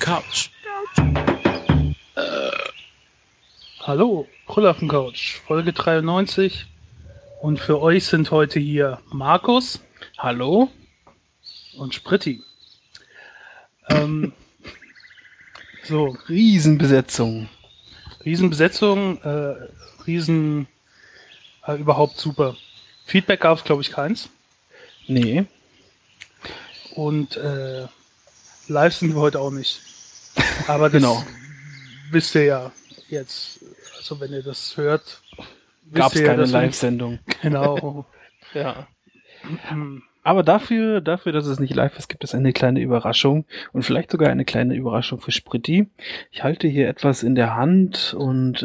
Couch. Hallo, Krüll auf dem Couch, Folge 93. Und für euch sind heute hier Markus. Hallo. Und Spritti. So. Riesenbesetzung. Überhaupt super. Feedback gab es, glaube ich, keins. Nee. Und live sind wir heute auch nicht. Aber das genau. Wisst ihr ja jetzt. Also wenn ihr das hört, gab es keine Live-Sendung. Genau. Ja. Aber dafür, dass es nicht live ist, gibt es eine kleine Überraschung und vielleicht sogar eine kleine Überraschung für Spritti. Ich halte hier etwas in der Hand und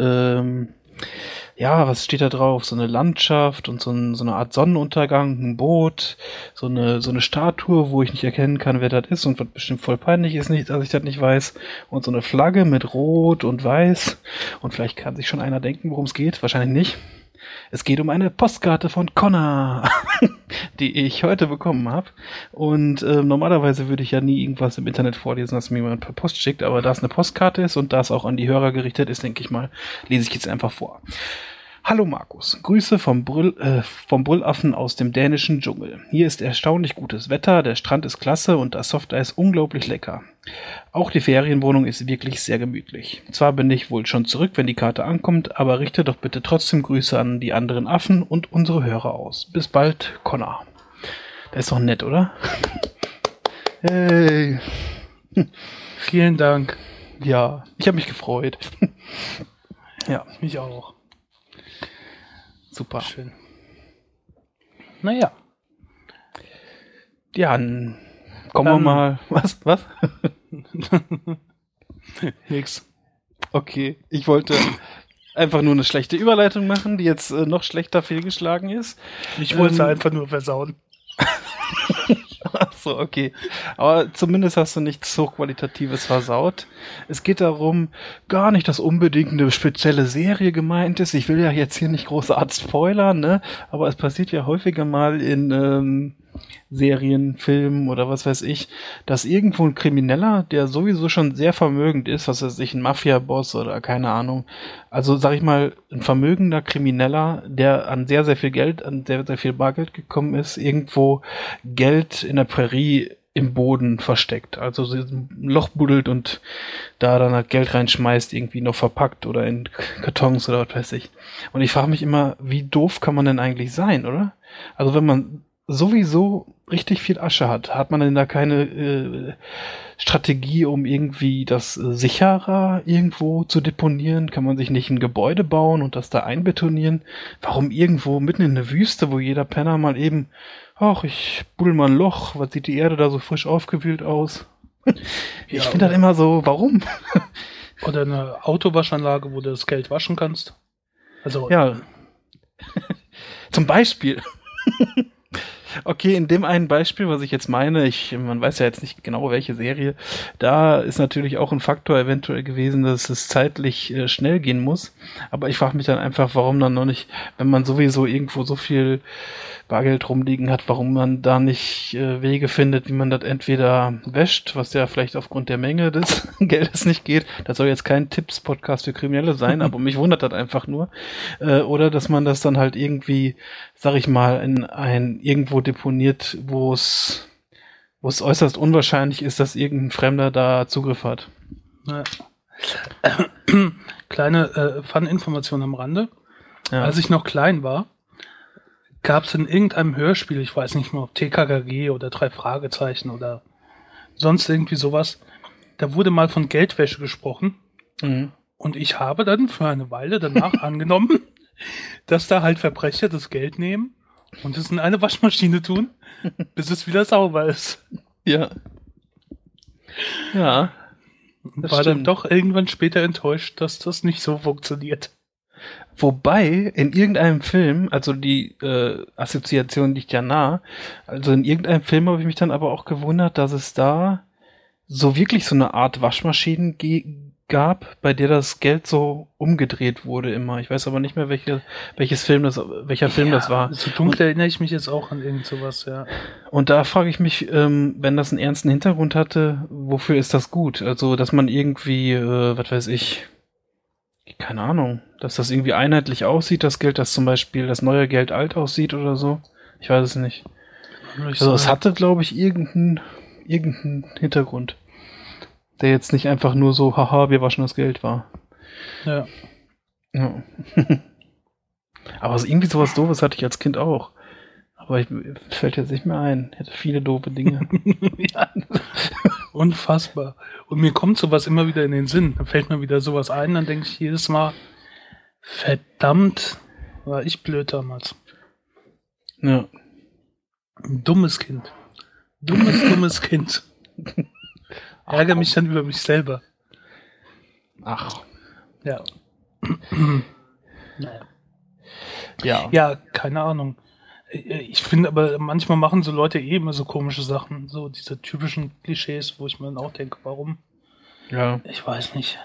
was steht da drauf? So eine Landschaft und so eine Art Sonnenuntergang, ein Boot, so eine Statue, wo ich nicht erkennen kann, wer das ist und was bestimmt voll peinlich ist, nicht, dass ich das nicht weiß. Und so eine Flagge mit Rot und Weiß. Und vielleicht kann sich schon einer denken, worum es geht. Wahrscheinlich nicht. Es geht um eine Postkarte von Connor, die ich heute bekommen habe. Und normalerweise würde ich ja nie irgendwas im Internet vorlesen, was mir jemand per Post schickt. Aber da es eine Postkarte ist und da es auch an die Hörer gerichtet ist, denke ich mal, lese ich jetzt einfach vor. Hallo Markus, Grüße vom Brüllaffen aus dem dänischen Dschungel. Hier ist erstaunlich gutes Wetter, der Strand ist klasse und das Softeis unglaublich lecker. Auch die Ferienwohnung ist wirklich sehr gemütlich. Zwar bin ich wohl schon zurück, wenn die Karte ankommt, aber richte doch bitte trotzdem Grüße an die anderen Affen und unsere Hörer aus. Bis bald, Connor. Das ist doch nett, oder? Hey. Vielen Dank. Ja, ich habe mich gefreut. Ja, mich auch. Super. Schön. Naja. Ja, kommen wir mal. Was? Nix. Okay, ich wollte einfach nur eine schlechte Überleitung machen, die jetzt noch schlechter fehlgeschlagen ist. Ich wollte es einfach nur versauen. Ach so, okay. Aber zumindest hast du nichts Hochqualitatives versaut. Es geht darum, gar nicht, dass unbedingt eine spezielle Serie gemeint ist. Ich will ja jetzt hier nicht großartig spoilern, ne? Aber es passiert ja häufiger mal in Serien, Filmen oder was weiß ich, dass irgendwo ein Krimineller, der sowieso schon sehr vermögend ist, was weiß ich, ein Mafia-Boss oder keine Ahnung, also sag ich mal, ein vermögender Krimineller, der an sehr, sehr viel Geld, an sehr, sehr viel Bargeld gekommen ist, irgendwo Geld in der Prärie im Boden versteckt, also so ein Loch buddelt und da dann halt Geld reinschmeißt, irgendwie noch verpackt oder in Kartons oder was weiß ich. Und ich frage mich immer, wie doof kann man denn eigentlich sein, oder? Also wenn man sowieso richtig viel Asche hat man denn da keine Strategie, um irgendwie das sicherer irgendwo zu deponieren? Kann man sich nicht ein Gebäude bauen und das da einbetonieren? Warum irgendwo mitten in der Wüste, wo jeder Penner mal eben, ich buddel mal ein Loch, was sieht die Erde da so frisch aufgewühlt aus? Ich finde das immer so, warum? Oder eine Autowaschanlage, wo du das Geld waschen kannst. Also ja. Zum Beispiel. Okay, in dem einen Beispiel, was ich jetzt meine, man weiß ja jetzt nicht genau, welche Serie, da ist natürlich auch ein Faktor eventuell gewesen, dass es zeitlich schnell gehen muss. Aber ich frage mich dann einfach, warum dann noch nicht, wenn man sowieso irgendwo so viel Bargeld rumliegen hat, warum man da nicht Wege findet, wie man das entweder wäscht, was ja vielleicht aufgrund der Menge des Geldes nicht geht. Das soll jetzt kein Tipps-Podcast für Kriminelle sein, aber mich wundert das einfach nur. Oder dass man das dann halt irgendwie, sag ich mal, in irgendwo deponiert, wo es äußerst unwahrscheinlich ist, dass irgendein Fremder da Zugriff hat. Ja. Kleine Fun-Information am Rande. Ja. Als ich noch klein war, gab es in irgendeinem Hörspiel, ich weiß nicht mehr, ob TKKG oder 3 Fragezeichen oder sonst irgendwie sowas, da wurde mal von Geldwäsche gesprochen. Mhm. Und ich habe dann für eine Weile danach angenommen, dass da halt Verbrecher das Geld nehmen und es in eine Waschmaschine tun, bis es wieder sauber ist. Ja. Ja. War dann doch irgendwann später enttäuscht, dass das nicht so funktioniert. Wobei, in irgendeinem Film, also die Assoziation liegt ja nah, also in irgendeinem Film habe ich mich dann aber auch gewundert, dass es da so wirklich so eine Art Waschmaschinen gab, bei der das Geld so umgedreht wurde immer. Ich weiß aber nicht mehr, welcher Film das war. So dunkel erinnere ich mich jetzt auch an irgend sowas, ja. Und da frage ich mich, wenn das einen ernsten Hintergrund hatte, wofür ist das gut? Also, dass man irgendwie, was weiß ich, keine Ahnung, dass das irgendwie einheitlich aussieht, das Geld, dass zum Beispiel das neue Geld alt aussieht oder so. Ich weiß es nicht. Also, es hatte, glaube ich, irgendeinen Hintergrund, der jetzt nicht einfach nur so, haha, wir waschen das Geld war. Ja. Aber irgendwie sowas Doofes hatte ich als Kind auch. Aber fällt jetzt nicht mehr ein. Ich hatte viele doofe Dinge. Ja. Unfassbar. Und mir kommt sowas immer wieder in den Sinn. Da fällt mir wieder sowas ein, dann denke ich jedes Mal, verdammt, war ich blöd damals. Ja. Ein dummes Kind. Dummes Kind. Ärgere mich dann über mich selber. Ach. Ja. Naja. Ja. Ja, keine Ahnung. Ich finde aber, manchmal machen so Leute immer so komische Sachen. So diese typischen Klischees, wo ich mir dann auch denke, warum? Ja. Ich weiß nicht.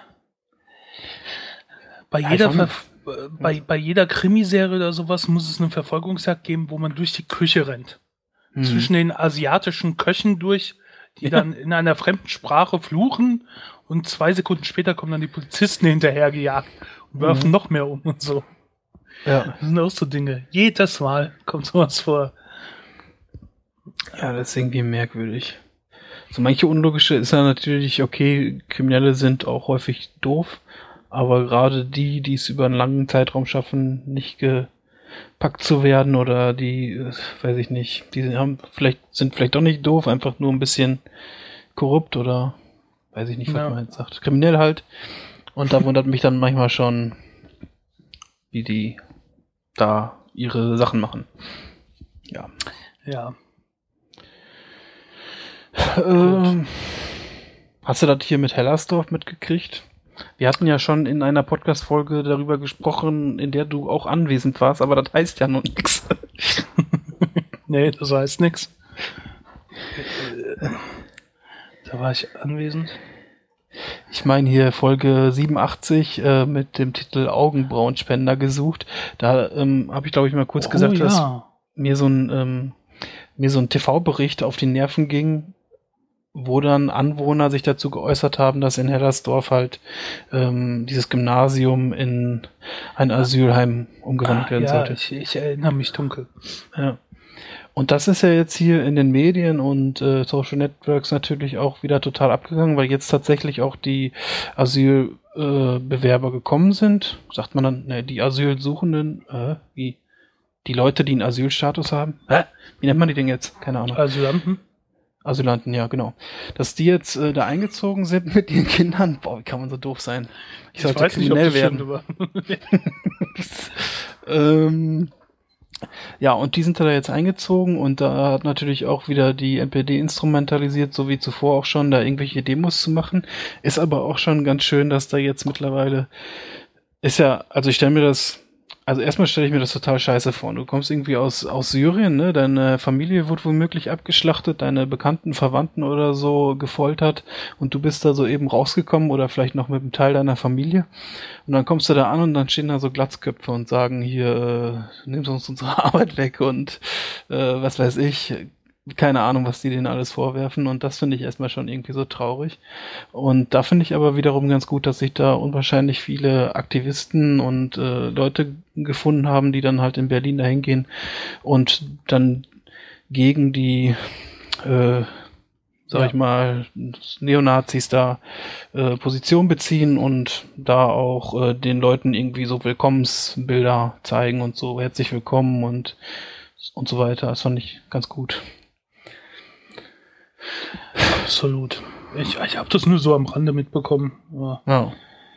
Bei jeder Krimiserie oder sowas muss es eine Verfolgungsjagd geben, wo man durch die Küche rennt. Zwischen den asiatischen Köchen durch, die dann in einer fremden Sprache fluchen und 2 Sekunden später kommen dann die Polizisten hinterhergejagt und werfen noch mehr um und so. Ja. Das sind auch so Dinge. Jedes Mal kommt sowas vor. Ja, das ist irgendwie merkwürdig. So manche unlogische ist ja natürlich, okay, Kriminelle sind auch häufig doof, aber gerade die es über einen langen Zeitraum schaffen, nicht gepackt zu werden oder die, weiß ich nicht, die sind vielleicht doch nicht doof, einfach nur ein bisschen korrupt oder weiß ich nicht, was man jetzt sagt. Kriminell halt. Und da wundert mich dann manchmal schon, wie die da ihre Sachen machen. Ja. Ja. Hast du das hier mit Hellersdorf mitgekriegt? Wir hatten ja schon in einer Podcast-Folge darüber gesprochen, in der du auch anwesend warst, aber das heißt ja noch nichts. Nee, das heißt nichts. Da war ich anwesend. Ich meine hier Folge 87 mit dem Titel Augenbrauenspender gesucht. Da habe ich, glaube ich, mal kurz gesagt, dass mir so ein TV-Bericht auf die Nerven ging, wo dann Anwohner sich dazu geäußert haben, dass in Hellersdorf halt dieses Gymnasium in ein Asylheim umgewandelt werden sollte. Ich erinnere mich dunkel. Ja. Und das ist ja jetzt hier in den Medien und Social Networks natürlich auch wieder total abgegangen, weil jetzt tatsächlich auch die Asylbewerber gekommen sind. Sagt man dann, ne, die Asylsuchenden, wie? Die Leute, die einen Asylstatus haben? Wie nennt man die denn jetzt? Keine Ahnung. Asylanten, ja, genau. Dass die jetzt da eingezogen sind mit ihren Kindern. Boah, wie kann man so doof sein? Ich sollte kriminell werden. Ja, und die sind da jetzt eingezogen und da hat natürlich auch wieder die NPD instrumentalisiert, so wie zuvor auch schon, da irgendwelche Demos zu machen. Ist aber auch schon ganz schön, dass da jetzt mittlerweile also erstmal stelle ich mir das total scheiße vor. Du kommst irgendwie aus Syrien, ne? Deine Familie wurde womöglich abgeschlachtet, deine Bekannten, Verwandten oder so gefoltert und du bist da so eben rausgekommen oder vielleicht noch mit einem Teil deiner Familie. Und dann kommst du da an und dann stehen da so Glatzköpfe und sagen, hier, nimmst uns unsere Arbeit weg und was weiß ich, keine Ahnung, was die denen alles vorwerfen und das finde ich erstmal schon irgendwie so traurig. Und da finde ich aber wiederum ganz gut, dass sich da unwahrscheinlich viele Aktivisten und Leute gefunden haben, die dann halt in Berlin dahin gehen und dann gegen die ich mal, Neonazis da Position beziehen und da auch den Leuten irgendwie so Willkommensbilder zeigen und so, herzlich willkommen und so weiter. Das fand ich ganz gut. Absolut. Ich habe das nur so am Rande mitbekommen. Ja.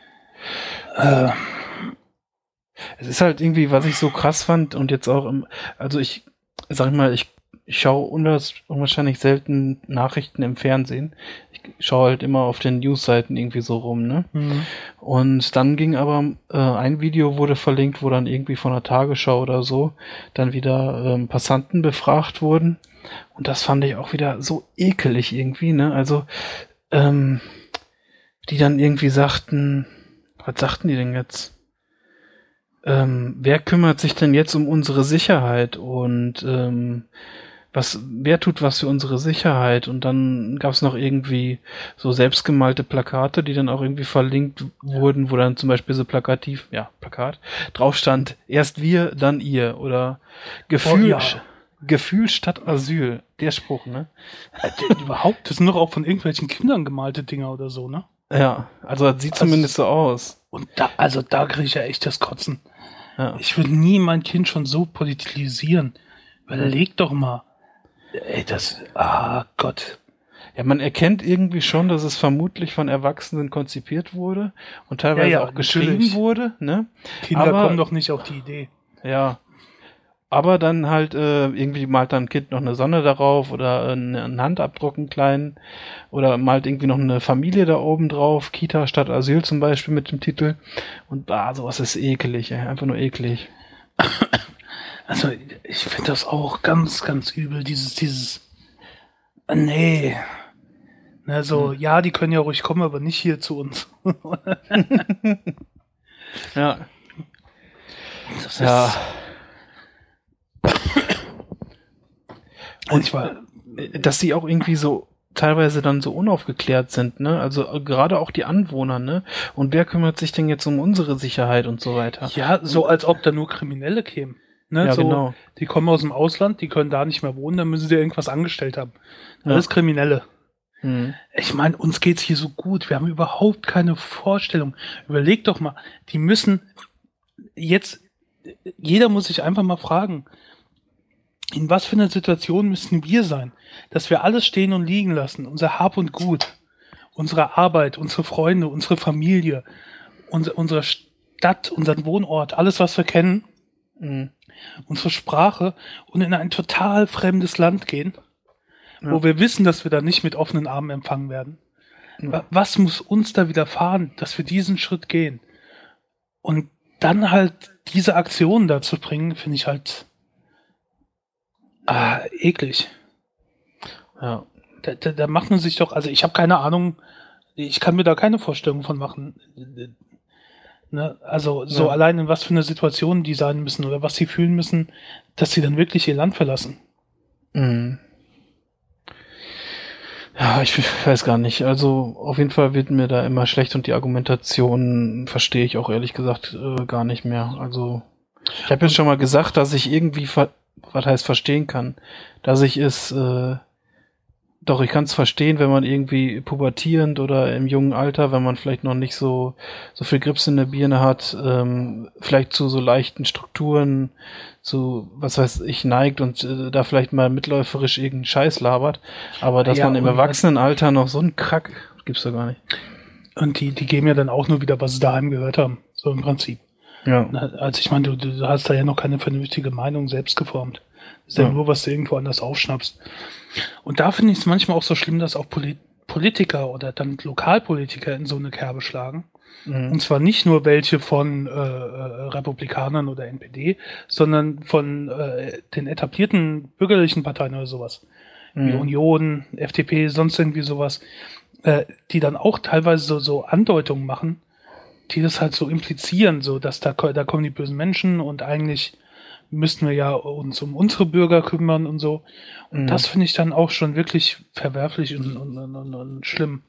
Es ist halt irgendwie, was ich so krass fand und jetzt auch ich schaue unwahrscheinlich selten Nachrichten im Fernsehen. Ich schaue halt immer auf den Newsseiten irgendwie so rum, ne? Mhm. Und dann ging aber ein Video wurde verlinkt, wo dann irgendwie von der Tagesschau oder so dann wieder Passanten befragt wurden. Und das fand ich auch wieder so ekelig irgendwie, ne? Also, die dann irgendwie sagten, was sagten die denn jetzt? Wer kümmert sich denn jetzt um unsere Sicherheit und wer tut was für unsere Sicherheit? Und dann gab es noch irgendwie so selbstgemalte Plakate, die dann auch irgendwie verlinkt wurden, wo dann zum Beispiel so Plakat, drauf stand, erst wir, dann ihr oder Gefühl statt Asyl. Der Spruch, ne? Überhaupt, das sind doch auch von irgendwelchen Kindern gemalte Dinger oder so, ne? Ja, also das sieht zumindest so aus. Und da kriege ich ja echt das Kotzen. Ja. Ich würde nie mein Kind schon so politisieren. Überleg doch mal. Ey, Gott. Ja, man erkennt irgendwie schon, dass es vermutlich von Erwachsenen konzipiert wurde und teilweise auch geschrieben wurde, ne? Kinder kommen doch nicht auf die Idee. Ja. Aber dann halt irgendwie malt dann ein Kind noch eine Sonne darauf oder einen Handabdruck, einen kleinen, oder malt irgendwie noch eine Familie da oben drauf, Kita statt Asyl zum Beispiel mit dem Titel. Und sowas ist eklig, ey. Einfach nur eklig. Also ich finde das auch ganz, ganz übel, nee. Na, so, ja, die können ja ruhig kommen, aber nicht hier zu uns. Ja. Das ist... Und dass sie auch irgendwie so teilweise dann so unaufgeklärt sind, ne? Also gerade auch die Anwohner, ne? Und wer kümmert sich denn jetzt um unsere Sicherheit und so weiter? Ja, so als ob da nur Kriminelle kämen. Ne? Ja, so, genau. Die kommen aus dem Ausland, die können da nicht mehr wohnen, dann müssen sie irgendwas angestellt haben. Alles Kriminelle. Mhm. Ich meine, uns geht's hier so gut, wir haben überhaupt keine Vorstellung. Überleg doch mal, die müssen jetzt, jeder muss sich einfach mal fragen, in was für einer Situation müssten wir sein, dass wir alles stehen und liegen lassen, unser Hab und Gut, unsere Arbeit, unsere Freunde, unsere Familie, unsere Stadt, unseren Wohnort, alles, was wir kennen, unsere Sprache und in ein total fremdes Land gehen, wo wir wissen, dass wir da nicht mit offenen Armen empfangen werden. Was muss uns da widerfahren, dass wir diesen Schritt gehen? Und dann halt diese Aktionen dazu bringen, finde ich halt eklig. Ja. Da macht man sich doch, also ich habe keine Ahnung, ich kann mir da keine Vorstellung von machen. Ne? Also so allein in was für eine Situation die sein müssen oder was sie fühlen müssen, dass sie dann wirklich ihr Land verlassen. Mhm. Ja, ich weiß gar nicht. Also auf jeden Fall wird mir da immer schlecht und die Argumentation verstehe ich auch ehrlich gesagt gar nicht mehr. Also ich habe jetzt schon mal gesagt, dass ich irgendwie was heißt verstehen kann, dass ich es doch, ich kann es verstehen, wenn man irgendwie pubertierend oder im jungen Alter, wenn man vielleicht noch nicht so viel Grips in der Birne hat, vielleicht zu so leichten Strukturen, zu, was weiß ich, neigt und da vielleicht mal mitläuferisch irgendeinen Scheiß labert, aber dass man im Erwachsenenalter noch so einen Krack, gibt's da gar nicht. Und die geben ja dann auch nur wieder, was sie daheim gehört haben, so im Prinzip. Ja. Also ich meine, du hast da ja noch keine vernünftige Meinung selbst geformt. Das ist ja nur, was du irgendwo anders aufschnappst. Und da finde ich es manchmal auch so schlimm, dass auch Politiker oder dann Lokalpolitiker in so eine Kerbe schlagen. Mhm. Und zwar nicht nur welche von Republikanern oder NPD, sondern von den etablierten bürgerlichen Parteien oder sowas. Wie Union, FDP, sonst irgendwie sowas. Die dann auch teilweise so Andeutungen machen, die das halt so implizieren, so dass da kommen die bösen Menschen und eigentlich müssten wir ja uns um unsere Bürger kümmern und so. Und das finde ich dann auch schon wirklich verwerflich und schlimm.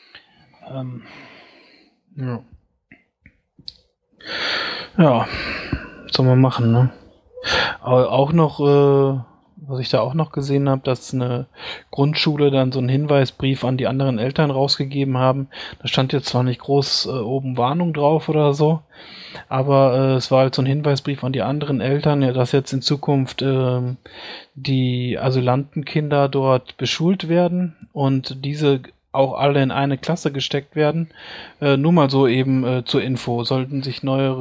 Ja, soll man machen, ne? Aber auch noch, was ich da auch noch gesehen habe, dass eine Grundschule dann so einen Hinweisbrief an die anderen Eltern rausgegeben haben. Da stand jetzt zwar nicht groß oben Warnung drauf oder so, aber es war halt so ein Hinweisbrief an die anderen Eltern, ja, dass jetzt in Zukunft die Asylantenkinder dort beschult werden und diese auch alle in eine Klasse gesteckt werden. Nur mal so eben zur Info. Sollten sich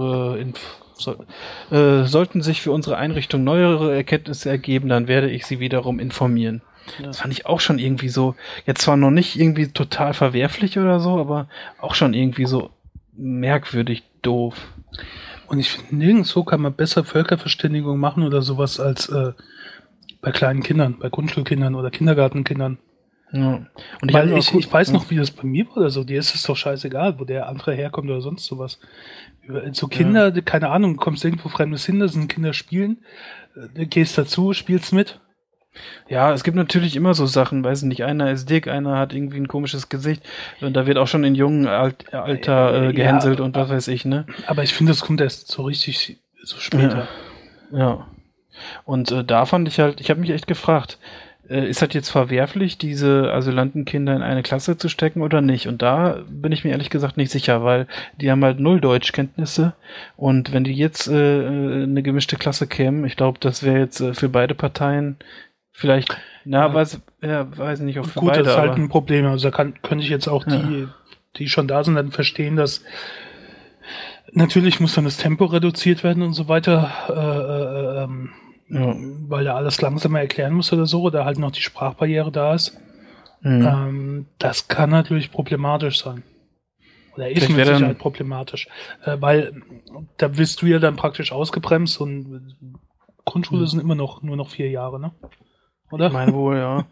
für unsere Einrichtung neuere Erkenntnisse ergeben, dann werde ich sie wiederum informieren. Ja. Das fand ich auch schon irgendwie so, jetzt zwar noch nicht irgendwie total verwerflich oder so, aber auch schon irgendwie so merkwürdig doof. Und ich finde, nirgendwo kann man besser Völkerverständigung machen oder sowas als bei kleinen Kindern, bei Grundschulkindern oder Kindergartenkindern. Ja. Und ich weiß noch, wie das bei mir war oder so. Dir ist es doch scheißegal, wo der andere herkommt oder sonst sowas. So Kinder, keine Ahnung, kommst irgendwo Fremdes hin, da sind Kinder spielen, gehst dazu, spielst mit. Ja, es gibt natürlich immer so Sachen, weiß nicht, einer ist dick, einer hat irgendwie ein komisches Gesicht und da wird auch schon in jungen Alter gehänselt und was weiß ich, ne? Aber ich finde, das kommt erst so richtig so später. Ja. Und da fand ich halt, ich habe mich echt gefragt, ist das jetzt verwerflich, diese Asylantenkinder in eine Klasse zu stecken oder nicht? Und da bin ich mir ehrlich gesagt nicht sicher, weil die haben halt 0 Deutschkenntnisse und wenn die jetzt eine gemischte Klasse kämen, ich glaube, das wäre jetzt für beide Parteien vielleicht, weiß nicht, ob für gut, beide. Das ist halt ein Problem. Also da könnte ich jetzt auch die schon da sind, dann verstehen, dass natürlich muss dann das Tempo reduziert werden und so weiter, weil er alles langsamer erklären muss oder so, oder halt noch die Sprachbarriere da ist. Das kann natürlich problematisch sein. Oder ist mit Sicherheit problematisch. Weil da wirst du ja dann praktisch ausgebremst und Grundschule sind immer noch nur noch 4 Jahre, ne? Oder? Ich meine wohl, ja.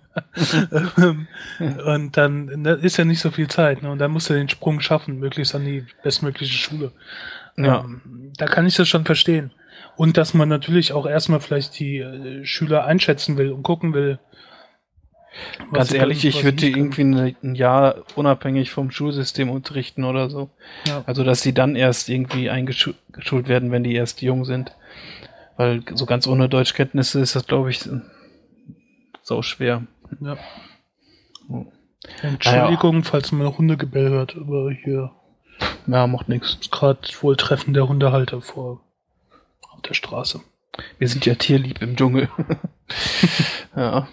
Und dann ist ja nicht so viel Zeit, ne? Und dann musst du den Sprung schaffen, möglichst an die bestmögliche Schule. Ja. Da kann ich das schon verstehen. Und dass man natürlich auch erstmal vielleicht die Schüler einschätzen will und gucken will. Ganz ehrlich, ich würde die irgendwie ein Jahr unabhängig vom Schulsystem unterrichten oder so. Ja. Also, dass sie dann erst irgendwie eingeschult werden, wenn die erst jung sind. Weil so ganz ohne Deutschkenntnisse ist das, glaube ich, so schwer. Ja. Entschuldigung, falls man noch Hundegebell hört, aber hier. Ja, macht nichts. Ist gerade wohl Treffen der Hundehalter auf der Straße. Wir sind ja tierlieb im Dschungel. Ja.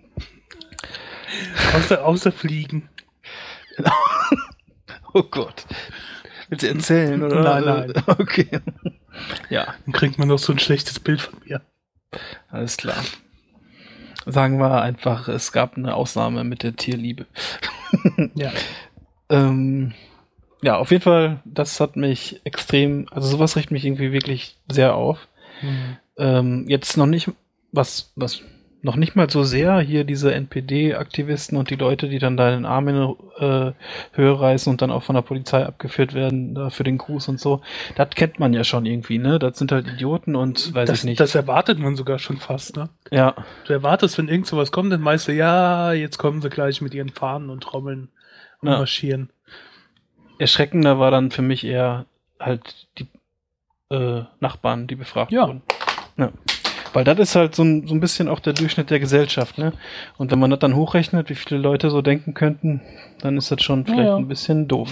Außer Fliegen. Oh Gott. Willst du erzählen, oder? Nein. Okay. Ja. Dann kriegt man noch so ein schlechtes Bild von mir. Alles klar. Sagen wir einfach, es gab eine Ausnahme mit der Tierliebe. Ja. Ja, auf jeden Fall, das hat mich extrem, also sowas riecht mich irgendwie wirklich sehr auf. Jetzt noch nicht, was noch nicht mal so sehr hier diese NPD-Aktivisten und die Leute, die dann da in den Arm in Höhe reißen und dann auch von der Polizei abgeführt werden, da für den Gruß und so. Das kennt man ja schon irgendwie, ne? Das sind halt Idioten und weiß ich nicht. Das erwartet man sogar schon fast, ne? Ja. Du erwartest, wenn irgend sowas kommt, dann meinst du, ja, jetzt kommen sie gleich mit ihren Fahnen und Trommeln und marschieren. Erschreckender war dann für mich eher halt die Nachbarn, die befragt wurden. Ja. Weil das ist halt so ein bisschen auch der Durchschnitt der Gesellschaft, ne? Und wenn man das dann hochrechnet, wie viele Leute so denken könnten, dann ist das schon vielleicht ein bisschen doof.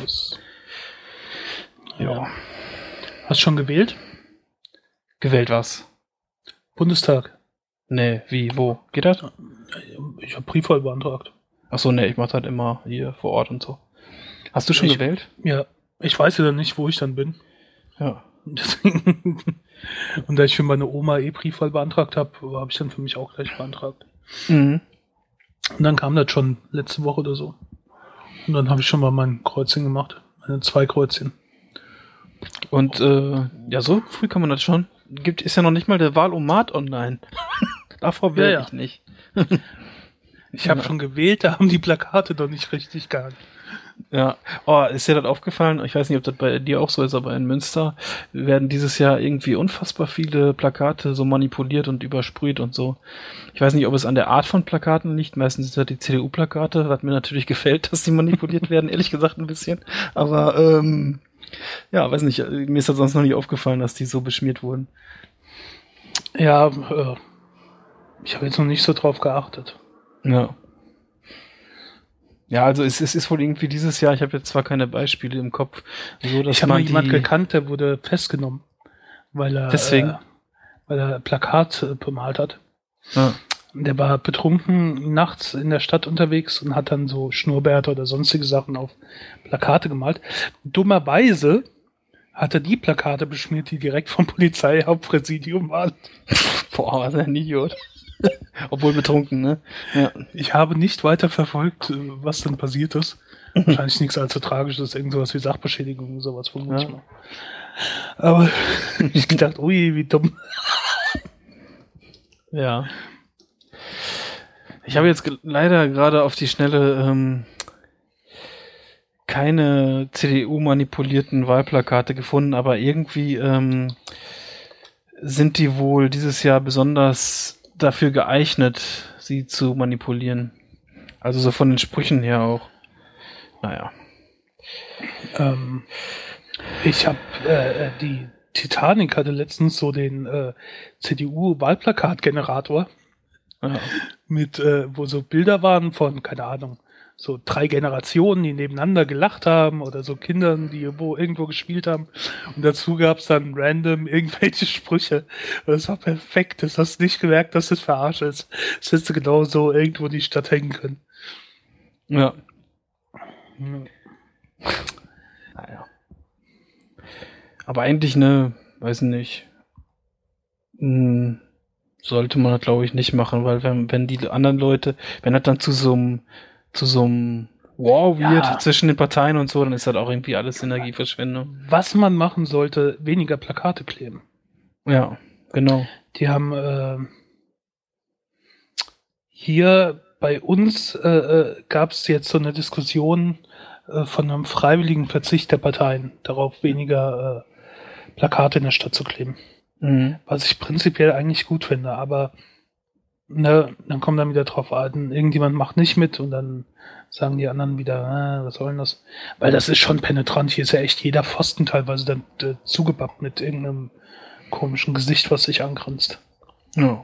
Ja. Hast du schon gewählt? Gewählt was? Bundestag. Nee, wie, wo? Geht das? Ich habe Briefwahl beantragt. Achso, nee, ich mach das immer hier vor Ort und so. Hast du schon gewählt? Ja. Ich weiß ja dann nicht, wo ich dann bin. Ja. Deswegen. Und da ich für meine Oma Briefwahl beantragt habe, habe ich dann für mich auch gleich beantragt. Und dann kam das schon letzte Woche oder so. Und dann habe ich schon mal mein Kreuzchen gemacht. Meine 2 Kreuzchen. Und ja, so früh kann man das schon. Ist ja noch nicht mal der Wahlomat online. Davor wähle ich nicht. Ich habe schon gewählt, da haben die Plakate doch nicht richtig gehangen. Ja, ist dir das aufgefallen? Ich weiß nicht, ob das bei dir auch so ist, aber in Münster werden dieses Jahr irgendwie unfassbar viele Plakate so manipuliert und übersprüht und so. Ich weiß nicht, ob es an der Art von Plakaten liegt. Meistens sind das die CDU-Plakate, was mir natürlich gefällt, dass die manipuliert werden, ehrlich gesagt ein bisschen. Aber ja, weiß nicht, mir ist das sonst noch nicht aufgefallen, dass die so beschmiert wurden. Ja, ich habe jetzt noch nicht so drauf geachtet. Ja. Ja, also es ist wohl irgendwie dieses Jahr, ich habe jetzt zwar keine Beispiele im Kopf, so dass ich habe mal jemanden gekannt, der wurde festgenommen, weil er Plakat bemalt hat. Ja. Der war betrunken nachts in der Stadt unterwegs und hat dann so Schnurrbärte oder sonstige Sachen auf Plakate gemalt. Dummerweise hat er die Plakate beschmiert, die direkt vom Polizeihauptpräsidium waren. Boah, was ein Idiot. Obwohl betrunken, ne? Ja. Ich habe nicht weiter verfolgt, was dann passiert ist. Wahrscheinlich nichts allzu Tragisches, irgend sowas wie Sachbeschädigung, sowas vermute ich mal. Aber ich gedacht, ui, wie dumm. Ja. Ich habe jetzt leider gerade auf die Schnelle keine CDU-manipulierten Wahlplakate gefunden, aber irgendwie sind die wohl dieses Jahr besonders dafür geeignet, sie zu manipulieren. Also so von den Sprüchen her auch. Naja. Ich habe die Titanic hatte letztens so den CDU-Wahlplakatgenerator mit, wo so Bilder waren von, keine Ahnung, so 3 Generationen, die nebeneinander gelacht haben oder so Kindern, die irgendwo gespielt haben. Und dazu gab es dann random irgendwelche Sprüche. Das war perfekt. Das hast du nicht gemerkt, dass das verarscht ist. Das hättest du genau so irgendwo in die Stadt hängen können. Ja. Naja. Aber eigentlich, weiß nicht, sollte man das, glaube ich, nicht machen, weil wenn die anderen Leute, wenn das dann zu so einem War wird zwischen den Parteien und so, dann ist das auch irgendwie alles Energieverschwendung. Was man machen sollte, weniger Plakate kleben. Ja, genau. Die haben hier bei uns gab es jetzt so eine Diskussion von einem freiwilligen Verzicht der Parteien, darauf weniger Plakate in der Stadt zu kleben. Mhm. Was ich prinzipiell eigentlich gut finde, aber dann kommt dann wieder drauf an, irgendjemand macht nicht mit und dann sagen die anderen wieder, was soll denn das? Weil das ist schon penetrant, hier ist ja echt jeder Pfosten teilweise dann zugebappt mit irgendeinem komischen Gesicht, was sich angrinst. Ja.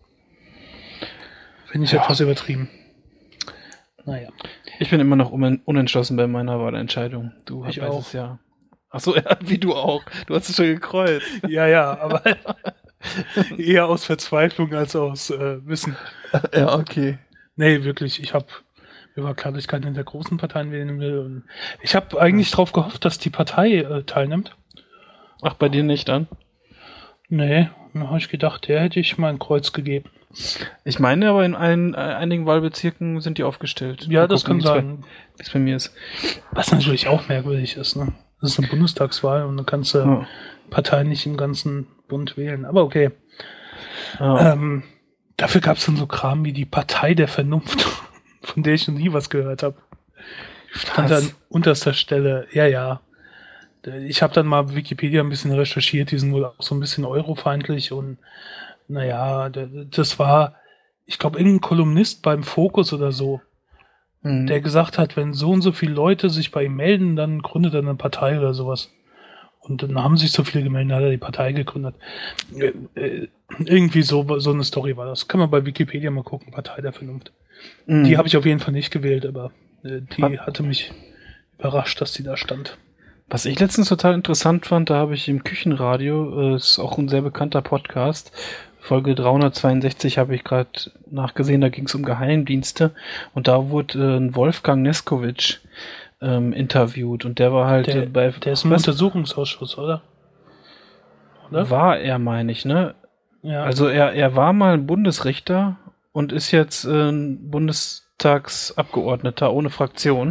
Finde ich etwas übertrieben. Naja. Ich bin immer noch unentschlossen bei meiner Wahlentscheidung. Du ich weißt auch. Es ja. Achso, ja, wie du auch. Du hast es schon gekreuzt. Ja, aber eher aus Verzweiflung als aus Wissen. Ja, okay. Nee, wirklich, mir war klar, dass ich keine der großen Parteien wählen will. Und ich habe eigentlich drauf gehofft, dass die Partei teilnimmt. Ach, bei dir nicht dann? Nee, dann habe ich gedacht, der hätte ich mal ein Kreuz gegeben. Ich meine, aber in einigen Wahlbezirken sind die aufgestellt. Ja, das kann sein. Wie es bei mir ist. Was natürlich auch merkwürdig ist, ne? Das ist eine Bundestagswahl und dann kannst du Parteien nicht im ganzen Bund wählen. Aber okay. Ja. Dafür gab es dann so Kram wie die Partei der Vernunft, von der ich noch nie was gehört habe. Stand an unterster Stelle. Ja. Ich habe dann mal Wikipedia ein bisschen recherchiert. Die sind wohl auch so ein bisschen eurofeindlich und naja, das war, ich glaube, irgendein Kolumnist beim Focus oder so, der gesagt hat, wenn so und so viele Leute sich bei ihm melden, dann gründet er eine Partei oder sowas. Und dann haben sich so viele gemeldet, dann hat er die Partei gegründet. Irgendwie so eine Story war das. Kann man bei Wikipedia mal gucken, Partei der Vernunft. Die habe ich auf jeden Fall nicht gewählt, aber die hatte mich überrascht, dass die da stand. Was ich letztens total interessant fand, da habe ich im Küchenradio, ist auch ein sehr bekannter Podcast, Folge 362 habe ich gerade nachgesehen, da ging es um Geheimdienste und da wurde Wolfgang Neskowitsch interviewt und der war halt der ist im Untersuchungsausschuss, oder? War er, meine ich, ne? Ja. Also er war mal Bundesrichter und ist jetzt Bundestagsabgeordneter ohne Fraktion.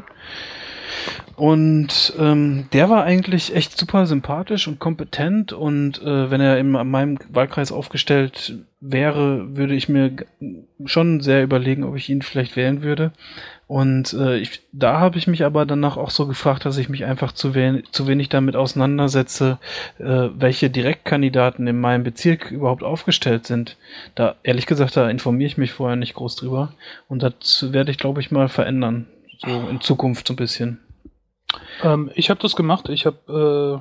Und der war eigentlich echt super sympathisch und kompetent und wenn er in meinem Wahlkreis aufgestellt wäre, würde ich mir schon sehr überlegen, ob ich ihn vielleicht wählen würde. Und da habe ich mich aber danach auch so gefragt, dass ich mich einfach zu wenig damit auseinandersetze, welche Direktkandidaten in meinem Bezirk überhaupt aufgestellt sind. Da, ehrlich gesagt, da informiere ich mich vorher nicht groß drüber. Und das werde ich, glaube ich, mal verändern. So in Zukunft so ein bisschen. Ich habe das gemacht. Ich habe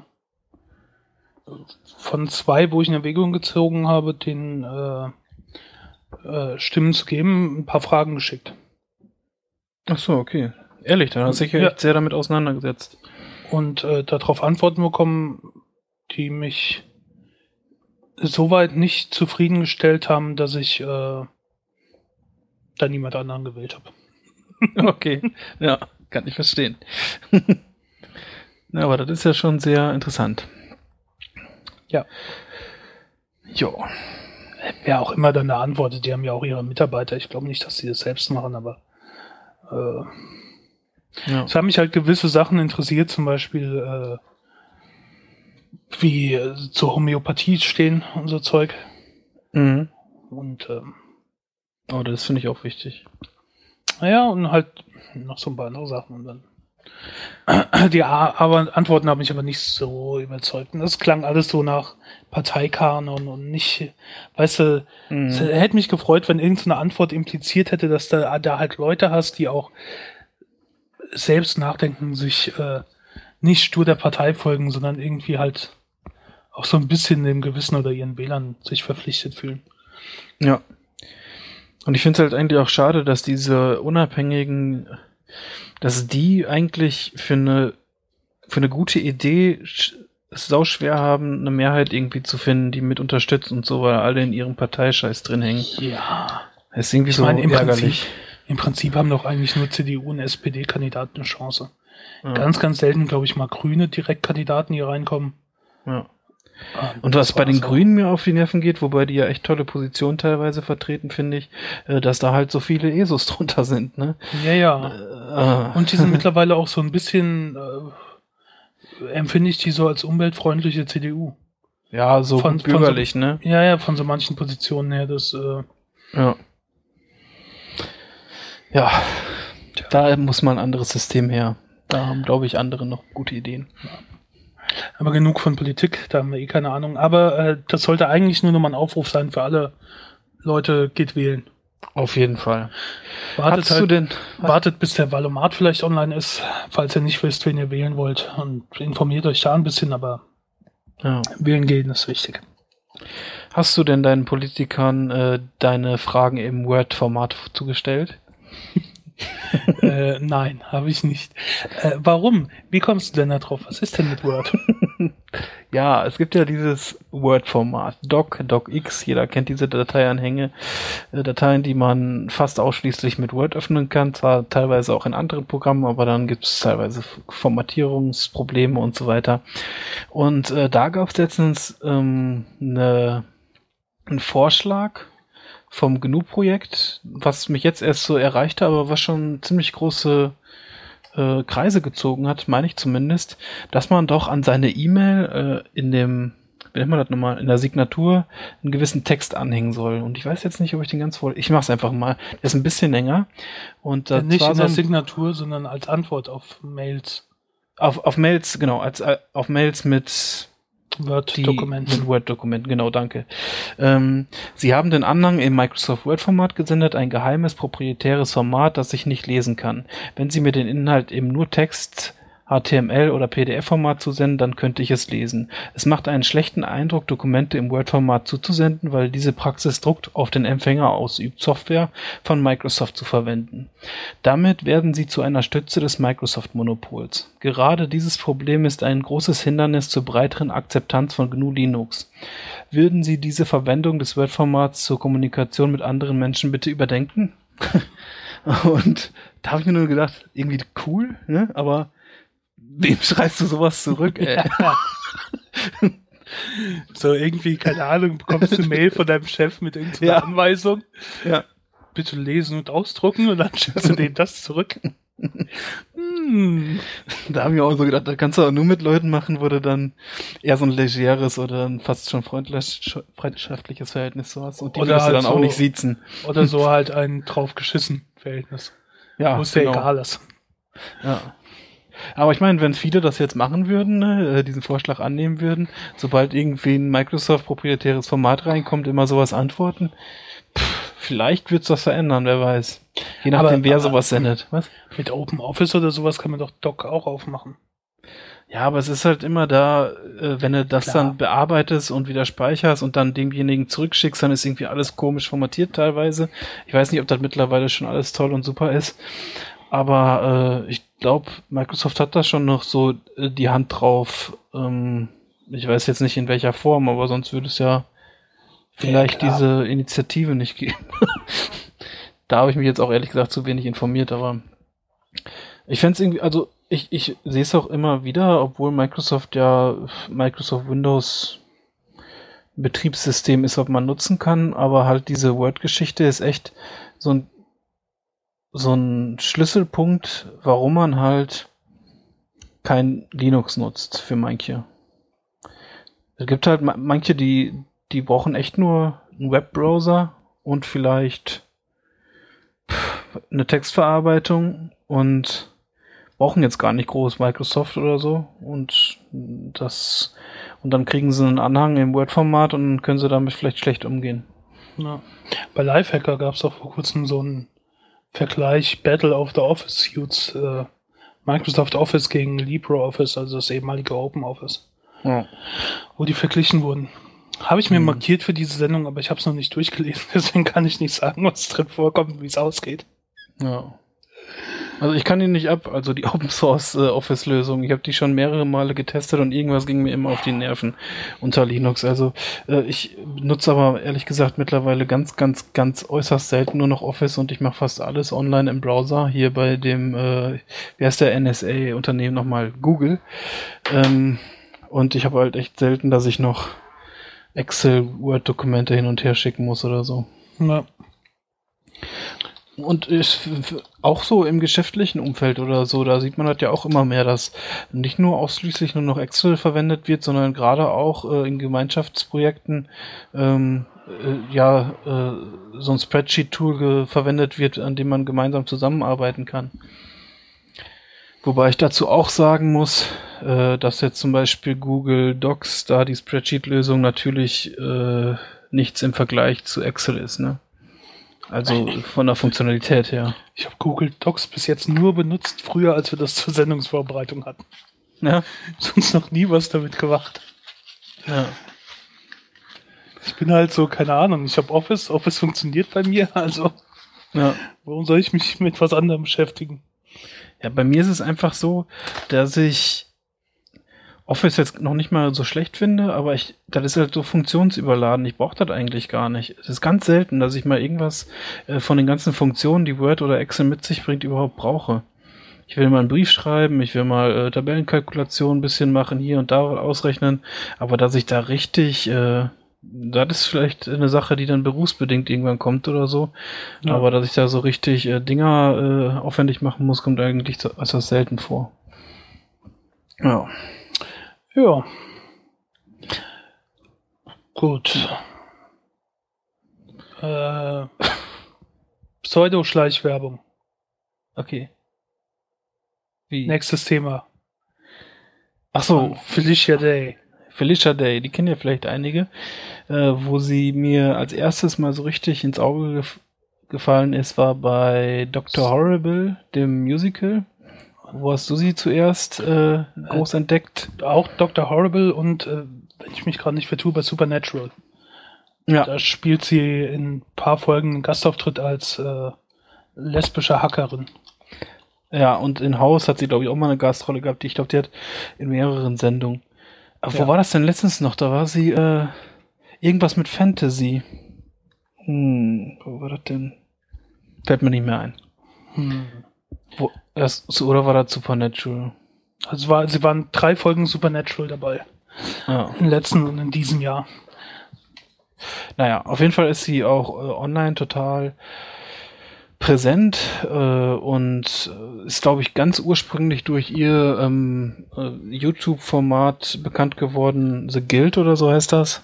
von 2, wo ich in Erwägung gezogen habe, den Stimmen zu geben, ein paar Fragen geschickt. Ach so, okay. Ehrlich, dann hast du dich ja echt sehr damit auseinandergesetzt. Und darauf Antworten bekommen, die mich soweit nicht zufriedengestellt haben, dass ich da niemand anderen gewählt habe. Okay, ja, kann ich verstehen. Na, aber das ist ja schon sehr interessant. Ja. Jo. Wer auch immer dann da antwortet, die haben ja auch ihre Mitarbeiter. Ich glaube nicht, dass sie das selbst machen, aber es haben mich halt gewisse Sachen interessiert, zum Beispiel wie zur Homöopathie stehen und so Zeug. Mhm. Und Oh, das finde ich auch wichtig. Naja, und halt noch so ein paar andere Sachen. Und dann die Antworten haben mich aber nicht so überzeugt. Und das klang alles so nach Parteikanon und nicht, weißt du, es hätte mich gefreut, wenn irgendeine Antwort impliziert hätte, dass da halt Leute hast, die auch selbst nachdenken, sich nicht stur der Partei folgen, sondern irgendwie halt auch so ein bisschen dem Gewissen oder ihren Wählern sich verpflichtet fühlen. Ja. Und ich finde es halt eigentlich auch schade, dass diese Unabhängigen, dass die eigentlich für eine gute Idee es sau schwer haben, eine Mehrheit irgendwie zu finden, die mit unterstützt und so, weil alle in ihrem Parteischeiß drin hängen. Ja. Das ist irgendwie so ärgerlich. Im Prinzip haben doch eigentlich nur CDU und SPD-Kandidaten eine Chance. Ja. Ganz, ganz selten, glaube ich, mal grüne Direktkandidaten, die reinkommen. Ja. Und was bei den Grünen mir auf die Nerven geht, wobei die ja echt tolle Positionen teilweise vertreten, finde ich, dass da halt so viele ESOs drunter sind, ne? Ja. Und die sind mittlerweile auch so ein bisschen, empfinde ich die so als umweltfreundliche CDU. Ja, so bürgerlich, ne? Ja, von so manchen Positionen her, das, Ja. Ja, da muss mal ein anderes System her. Da haben, glaube ich, andere noch gute Ideen. Ja. Aber genug von Politik, da haben wir keine Ahnung. Aber das sollte eigentlich nur nochmal ein Aufruf sein für alle Leute, geht wählen. Auf jeden Fall. Wartet, bis der Valomat vielleicht online ist, falls ihr nicht wisst, wen ihr wählen wollt. Und informiert euch da ein bisschen, aber wählen gehen ist wichtig. Hast du denn deinen Politikern deine Fragen im Word-Format zugestellt? Nein, habe ich nicht. Warum? Wie kommst du denn da drauf? Was ist denn mit Word? Ja, es gibt ja dieses Word-Format, DocX, jeder kennt diese Dateianhänge, Dateien, die man fast ausschließlich mit Word öffnen kann, zwar teilweise auch in anderen Programmen, aber dann gibt es teilweise Formatierungsprobleme und so weiter. Und da gab es letztens einen Vorschlag vom GNU-Projekt, was mich jetzt erst so erreichte, aber was schon ziemlich große Kreise gezogen hat, meine ich zumindest, dass man doch an seine E-Mail in dem, wie nennt man das nochmal, in der Signatur einen gewissen Text anhängen soll. Und ich weiß jetzt nicht, ob ich den ganz voll... Ich mach's einfach mal. Der ist ein bisschen länger. Und nicht in der Signatur, sondern als Antwort auf Mails. Auf Mails, genau, auf Mails mit Word-Dokumenten. Mit Word-Dokumenten, genau, danke. Sie haben den Anhang im Microsoft Word-Format gesendet, ein geheimes, proprietäres Format, das ich nicht lesen kann. Wenn Sie mir den Inhalt im nur Text, HTML oder PDF-Format zusenden, dann könnte ich es lesen. Es macht einen schlechten Eindruck, Dokumente im Word-Format zuzusenden, weil diese Praxis Druck auf den Empfänger ausübt, Software von Microsoft zu verwenden. Damit werden sie zu einer Stütze des Microsoft-Monopols. Gerade dieses Problem ist ein großes Hindernis zur breiteren Akzeptanz von GNU Linux. Würden Sie diese Verwendung des Word-Formats zur Kommunikation mit anderen Menschen bitte überdenken? Und da habe ich mir nur gedacht, irgendwie cool, ne? Aber wem schreibst du sowas zurück, ey? Ja. So irgendwie, keine Ahnung, bekommst du eine Mail von deinem Chef mit irgendeiner Anweisung. Ja. Bitte lesen und ausdrucken und dann schickst du denen das zurück. Da haben wir auch so gedacht, da kannst du auch nur mit Leuten machen, wo du dann eher so ein legeres oder ein fast schon freundschaftliches Verhältnis so hast. Und die würdest du dann auch nicht siezen. Oder so halt ein draufgeschissen Verhältnis. Ja, wo es ja egal ist. Ja. Aber ich meine, wenn viele das jetzt machen würden, ne, diesen Vorschlag annehmen würden, sobald irgendwie ein Microsoft-proprietäres Format reinkommt, immer sowas antworten, vielleicht wird es das verändern, wer weiß. Je nachdem, wer sowas sendet. Was? Mit OpenOffice oder sowas kann man doch Doc auch aufmachen. Ja, aber es ist halt immer da, wenn du das dann bearbeitest und wieder speicherst und dann demjenigen zurückschickst, dann ist irgendwie alles komisch formatiert teilweise. Ich weiß nicht, ob das mittlerweile schon alles toll und super ist. Aber ich glaube, Microsoft hat da schon noch so die Hand drauf. Ich weiß jetzt nicht in welcher Form, aber sonst würde es ja vielleicht diese Initiative nicht geben. Da habe ich mich jetzt auch ehrlich gesagt zu wenig informiert, aber ich fände es irgendwie, also ich sehe es auch immer wieder, obwohl Microsoft Windows Betriebssystem ist, was man nutzen kann, aber halt diese Word-Geschichte ist echt so ein Schlüsselpunkt, warum man halt kein Linux nutzt für manche. Es gibt halt manche, die brauchen echt nur einen Webbrowser und vielleicht eine Textverarbeitung und brauchen jetzt gar nicht groß Microsoft oder so und dann kriegen sie einen Anhang im Word-Format und dann können sie damit vielleicht schlecht umgehen. Ja. Bei Lifehacker gab es auch vor kurzem so einen Vergleich Battle of the Office Suits, Microsoft Office gegen LibreOffice, also das ehemalige OpenOffice, wo die verglichen wurden. Habe ich mir markiert für diese Sendung, aber ich habe es noch nicht durchgelesen, deswegen kann ich nicht sagen, was drin vorkommt und wie es ausgeht. Ja. Also ich kann ihn nicht ab, also die Open Source Office Lösung. Ich habe die schon mehrere Male getestet und irgendwas ging mir immer auf die Nerven unter Linux. Also ich nutze aber ehrlich gesagt mittlerweile ganz äußerst selten nur noch Office und ich mache fast alles online im Browser. Hier bei dem, wie heißt der NSA-Unternehmen nochmal, Google. Und ich habe halt echt selten, dass ich noch Excel-Word-Dokumente hin und her schicken muss oder so. Ja. Und auch so im geschäftlichen Umfeld oder so, da sieht man halt ja auch immer mehr, dass nicht nur ausschließlich nur noch Excel verwendet wird, sondern gerade auch in Gemeinschaftsprojekten so ein Spreadsheet-Tool verwendet wird, an dem man gemeinsam zusammenarbeiten kann. Wobei ich dazu auch sagen muss, dass jetzt zum Beispiel Google Docs, da die Spreadsheet-Lösung natürlich nichts im Vergleich zu Excel ist, ne? Also von der Funktionalität her. Ich habe Google Docs bis jetzt nur benutzt, früher als wir das zur Sendungsvorbereitung hatten. Ja. Sonst noch nie was damit gemacht. Ja. Ich bin halt so, keine Ahnung, ich habe Office funktioniert bei mir, also warum soll ich mich mit was anderem beschäftigen? Ja, bei mir ist es einfach so, dass ich Office jetzt noch nicht mal so schlecht finde, aber das ist halt so funktionsüberladen. Ich brauche das eigentlich gar nicht. Es ist ganz selten, dass ich mal irgendwas von den ganzen Funktionen, die Word oder Excel mit sich bringt, überhaupt brauche. Ich will mal einen Brief schreiben, ich will mal Tabellenkalkulation ein bisschen machen, hier und da ausrechnen, aber dass ich da richtig, das ist vielleicht eine Sache, die dann berufsbedingt irgendwann kommt oder so, aber dass ich da so richtig Dinger aufwendig machen muss, kommt eigentlich äußerst selten vor. Ja. Ja. Gut. Pseudo-Schleichwerbung. Okay. Wie? Nächstes Thema. Ach so. Felicia Day. Felicia Day, die kennen ja vielleicht einige, wo sie mir als erstes mal so richtig ins Auge gefallen ist, war bei Dr. Horrible, dem Musical. Wo hast du sie zuerst groß entdeckt? Auch Dr. Horrible und, wenn ich mich gerade nicht vertue, bei Supernatural. Ja. Da spielt sie in ein paar Folgen einen Gastauftritt als lesbische Hackerin. Ja, und in House hat sie, glaube ich, auch mal eine Gastrolle gehabt. Ich glaube, die hat in mehreren Sendungen. Aber wo war das denn letztens noch? Da war sie irgendwas mit Fantasy. Wo war das denn? Fällt mir nicht mehr ein. Oder war das Supernatural? Also sie waren 3 Folgen Supernatural dabei. Ja. Im letzten und in diesem Jahr. Naja, auf jeden Fall ist sie auch online total präsent und ist, glaube ich, ganz ursprünglich durch ihr YouTube-Format bekannt geworden. The Guild oder so heißt das.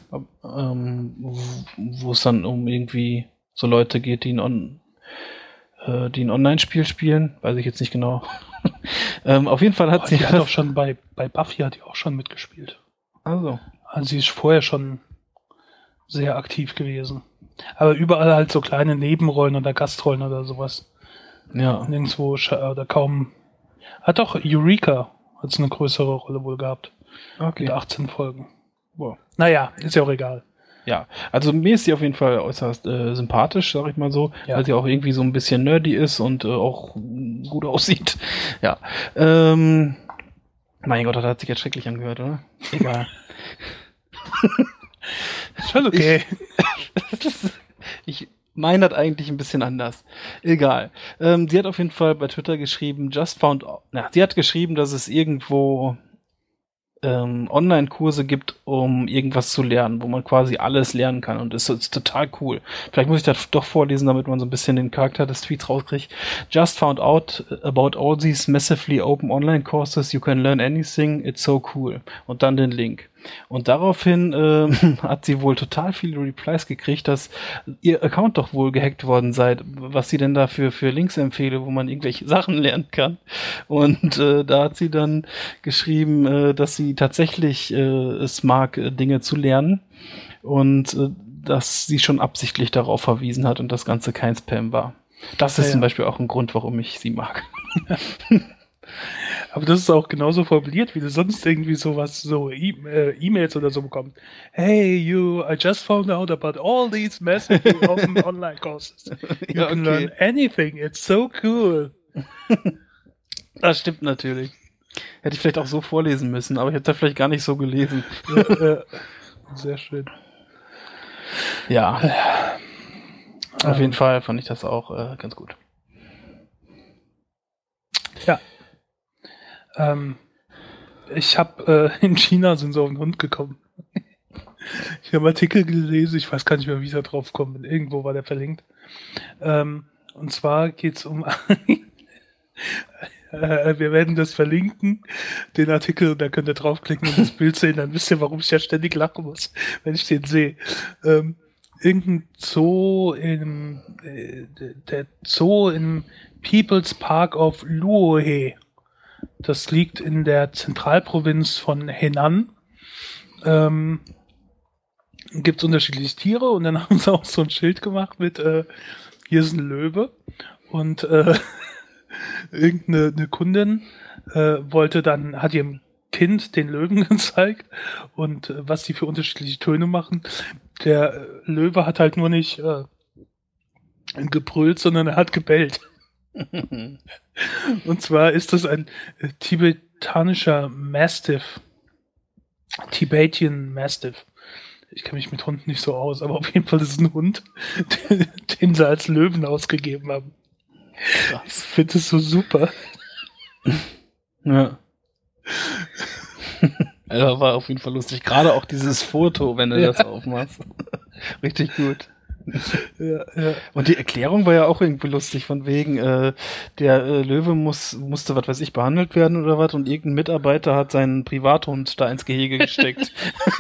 Wo es dann um irgendwie so Leute geht, die ein Online-Spiel spielen. Weiß ich jetzt nicht genau. Auf jeden Fall hat sie... Die hat auch schon bei Buffy hat die auch schon mitgespielt. Also sie ist vorher schon sehr aktiv gewesen. Aber überall halt so kleine Nebenrollen oder Gastrollen oder sowas. Ja. Nirgendwo oder kaum... Hat doch Eureka hat eine größere Rolle wohl gehabt. Okay. Mit 18 Folgen. Wow. Naja, ist ja auch egal. Ja, also mir ist sie auf jeden Fall äußerst sympathisch, sag ich mal so, weil sie auch irgendwie so ein bisschen nerdy ist und auch gut aussieht. Ja. Mein Gott, das hat sich jetzt schrecklich angehört, oder? Egal. Schon okay. Ich meine das eigentlich ein bisschen anders. Egal. Sie hat auf jeden Fall bei Twitter geschrieben, sie hat geschrieben, dass es irgendwo Online-Kurse gibt, um irgendwas zu lernen, wo man quasi alles lernen kann und das ist total cool. Vielleicht muss ich das doch vorlesen, damit man so ein bisschen den Charakter des Tweets rauskriegt. Just found out about all these massively open online courses. You can learn anything. It's so cool. Und dann den Link. Und daraufhin hat sie wohl total viele Replies gekriegt, dass ihr Account doch wohl gehackt worden sei, was sie denn da für Links empfehle, wo man irgendwelche Sachen lernen kann. Und da hat sie dann geschrieben, dass sie tatsächlich es mag, Dinge zu lernen und dass sie schon absichtlich darauf verwiesen hat und das Ganze kein Spam war. Das ist zum Beispiel auch ein Grund, warum ich sie mag. Aber das ist auch genauso formuliert, wie du sonst irgendwie sowas, so E-Mails oder so bekommst. Hey, I just found out about all these massive online courses. You can learn anything. It's so cool. Das stimmt natürlich. Hätte ich vielleicht auch so vorlesen müssen, aber ich hätte da vielleicht gar nicht so gelesen. Sehr schön. Ja. Auf jeden Fall fand ich das auch ganz gut. Ja. Ich habe in China sind so auf einen Hund gekommen. Ich habe Artikel gelesen, ich weiß gar nicht mehr, wie ich da drauf komme. Irgendwo war der verlinkt. Und zwar geht es um wir werden das verlinken, den Artikel, und da könnt ihr draufklicken und das Bild sehen, dann wisst ihr, warum ich ja ständig lachen muss, wenn ich den sehe. Irgendein Zoo der Zoo im People's Park of Luohe. Das liegt in der Zentralprovinz von Henan. Gibt es unterschiedliche Tiere und dann haben sie auch so ein Schild gemacht mit hier ist ein Löwe und irgendeine Kundin hat ihrem Kind den Löwen gezeigt und was die für unterschiedliche Töne machen. Der Löwe hat halt nur nicht gebrüllt, sondern er hat gebellt. Und zwar ist das ein tibetanischer Mastiff. Tibetan Mastiff. Ich kenne mich mit Hunden nicht so aus, aber auf jeden Fall ist es ein Hund, den sie als Löwen ausgegeben haben. Krass. Ich finde es so super. Ja. Also war auf jeden Fall lustig. Gerade auch dieses Foto, wenn du das aufmachst. Richtig gut. Ja. Und die Erklärung war ja auch irgendwie lustig, von wegen, der Löwe musste, was weiß ich, behandelt werden oder was, und irgendein Mitarbeiter hat seinen Privathund da ins Gehege gesteckt.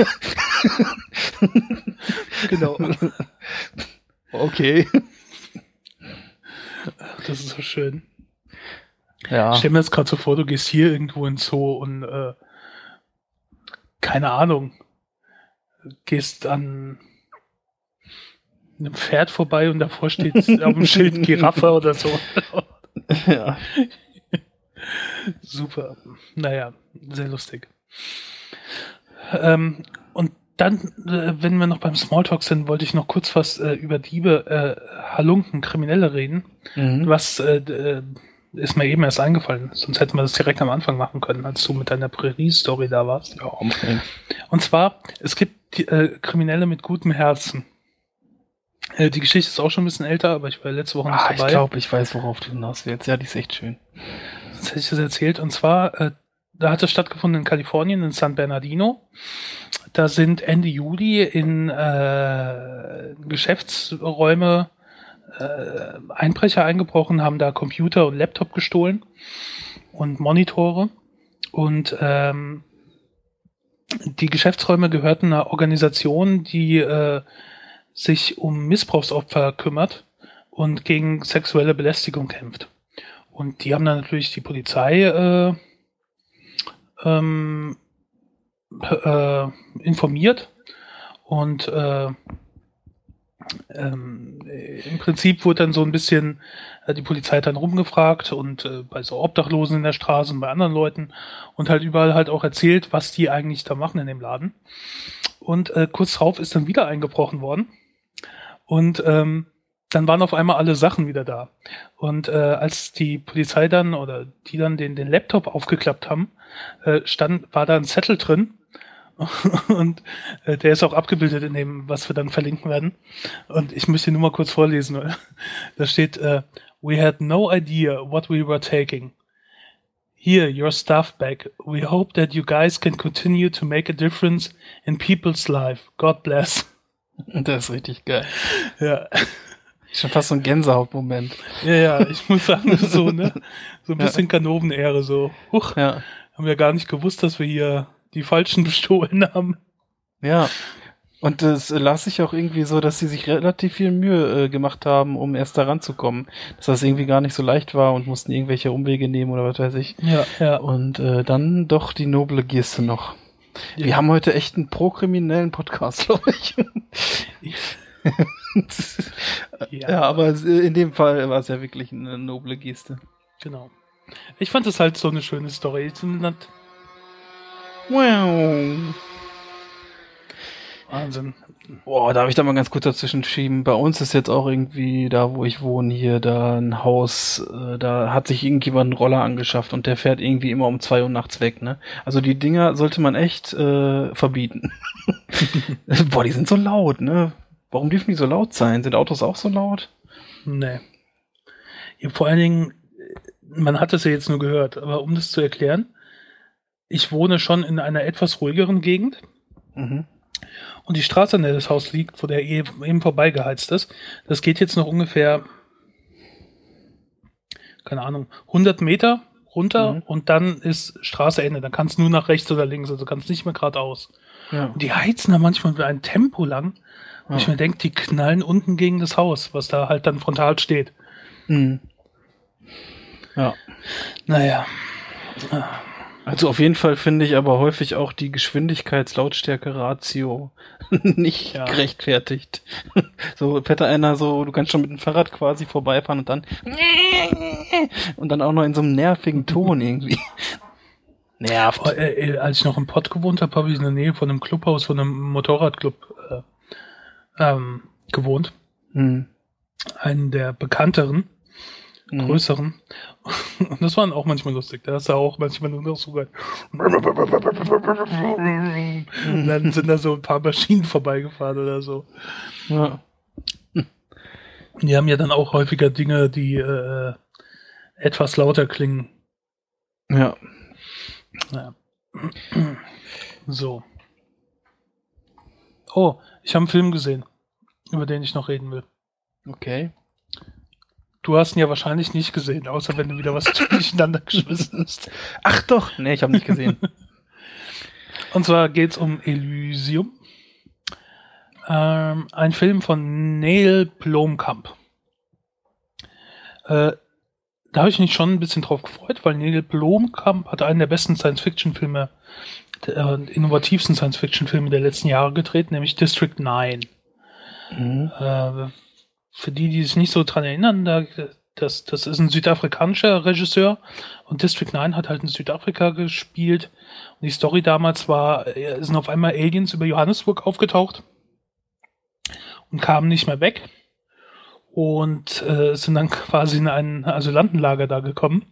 Genau. Okay. Das ist so schön. Ja. Stell mir jetzt gerade so vor, du gehst hier irgendwo in Zoo und keine Ahnung, gehst an einem Pferd vorbei und davor steht auf dem Schild Giraffe oder so. Ja. Super. Naja, sehr lustig. Und dann, wenn wir noch beim Smalltalk sind, wollte ich noch kurz was über Diebe, Halunken, Kriminelle reden. Was ist mir eben erst eingefallen. Sonst hätten wir das direkt am Anfang machen können, als du mit deiner Prärie-Story da warst. Ja, okay. Und zwar, es gibt Kriminelle mit gutem Herzen. Die Geschichte ist auch schon ein bisschen älter, aber ich war letzte Woche nicht dabei. Ich glaube, ich weiß, worauf du hinaus willst. Ja, die ist echt schön. Das hätte ich das erzählt. Und zwar, da hat es stattgefunden in Kalifornien, in San Bernardino. Da sind Ende Juli in Geschäftsräume Einbrecher eingebrochen, haben da Computer und Laptop gestohlen und Monitore. Und die Geschäftsräume gehörten einer Organisation, die sich um Missbrauchsopfer kümmert und gegen sexuelle Belästigung kämpft. Und die haben dann natürlich die Polizei informiert und im Prinzip wurde dann so ein bisschen die Polizei hat dann rumgefragt und bei so Obdachlosen in der Straße und bei anderen Leuten und halt überall halt auch erzählt, was die eigentlich da machen in dem Laden. Und kurz darauf ist dann wieder eingebrochen worden und dann waren auf einmal alle Sachen wieder da. Und als die Polizei dann oder die dann den Laptop aufgeklappt haben, war da ein Zettel drin. Und der ist auch abgebildet in dem, was wir dann verlinken werden. Und ich möchte nur mal kurz vorlesen. Da steht, we had no idea what we were taking. Here, your stuff back. We hope that you guys can continue to make a difference in people's life. God bless. Das ist richtig geil. Ja. Schon fast so ein Gänsehautmoment. Ja, ich muss sagen, so, ne? So ein bisschen Ganoven-Ehre, so. Huch, haben wir gar nicht gewusst, dass wir hier die Falschen bestohlen haben. Ja. Und das las ich auch irgendwie so, dass sie sich relativ viel Mühe gemacht haben, um erst da ranzukommen. Dass das irgendwie gar nicht so leicht war und mussten irgendwelche Umwege nehmen oder was weiß ich. Ja. Und dann doch die noble Geste noch. Ja. Wir haben heute echt einen pro-kriminellen Podcast, glaube ich. Ja, aber in dem Fall war es ja wirklich eine noble Geste. Genau. Ich fand es halt so eine schöne Story. Wow. Wahnsinn. Boah, darf ich da mal ganz kurz dazwischen schieben? Bei uns ist jetzt auch irgendwie, da wo ich wohne, hier da ein Haus, da hat sich irgendjemand einen Roller angeschafft und der fährt irgendwie immer um 2 Uhr nachts weg, ne? Also die Dinger sollte man echt verbieten. Boah, die sind so laut, ne? Warum dürfen die so laut sein? Sind Autos auch so laut? Nee. Ja, vor allen Dingen, man hat es ja jetzt nur gehört, aber um das zu erklären, ich wohne schon in einer etwas ruhigeren Gegend. Mhm. Und die Straße, an der das Haus liegt, wo der eben vorbeigeheizt ist, das geht jetzt noch ungefähr, keine Ahnung, 100 Meter runter und dann ist Straße Ende. Dann kannst du nur nach rechts oder links, also kannst nicht mehr geradeaus. Ja. Und die heizen da manchmal mit einem Tempo lang, wo ich mir denke, die knallen unten gegen das Haus, was da halt dann frontal steht. Mhm. Ja. Naja. Also auf jeden Fall finde ich aber häufig auch die Geschwindigkeits-Lautstärke-Ratio nicht gerechtfertigt. So fährt da einer so, du kannst schon mit dem Fahrrad quasi vorbeifahren und dann auch noch in so einem nervigen Ton irgendwie. Nervt. Als ich noch im Pott gewohnt habe, habe ich in der Nähe von einem Clubhaus, von einem Motorradclub gewohnt. Einen der bekannteren, größeren. Und das war auch manchmal lustig. Da hast du auch manchmal nur noch so und dann sind da so ein paar Maschinen vorbeigefahren oder so. Ja. Die haben ja dann auch häufiger Dinge, die etwas lauter klingen. Ja. So. Oh, ich habe einen Film gesehen, über den ich noch reden will. Okay. Du hast ihn ja wahrscheinlich nicht gesehen, außer wenn du wieder was durcheinander geschmissen hast. Ach doch, nee, ich habe nicht gesehen. Und zwar geht's um Elysium. Ein Film von Neil Blomkamp. Da habe ich mich schon ein bisschen drauf gefreut, weil Neil Blomkamp hat einen der besten Science-Fiction-Filme, innovativsten Science-Fiction-Filme der letzten Jahre gedreht, nämlich District 9. Für die sich nicht so dran erinnern, das ist ein südafrikanischer Regisseur und District 9 hat halt in Südafrika gespielt. Und die Story damals war, es sind auf einmal Aliens über Johannesburg aufgetaucht und kamen nicht mehr weg und sind dann quasi in ein Asylantenlager da gekommen.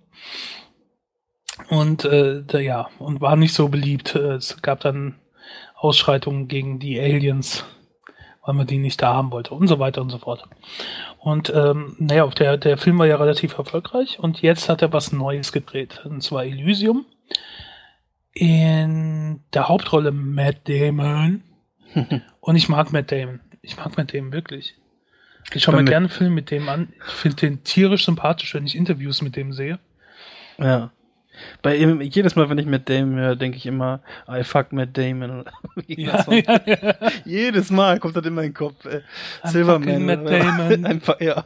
Und und waren nicht so beliebt. Es gab dann Ausschreitungen gegen die Aliens, weil man die nicht da haben wollte und so weiter und so fort. Und der Film war ja relativ erfolgreich und jetzt hat er was Neues gedreht, und zwar Elysium. In der Hauptrolle Matt Damon. Und ich mag Matt Damon. Ich mag Matt Damon wirklich. Ich schaue mir gerne einen Film mit dem an. Ich finde den tierisch sympathisch, wenn ich Interviews mit dem sehe. Ja. Bei ihm, jedes Mal, wenn ich Matt Damon höre, denke ich immer, I fuck Matt Damon. Ja. Jedes Mal kommt das in meinen Kopf. Silverman. Matt Damon. Einfach, ja.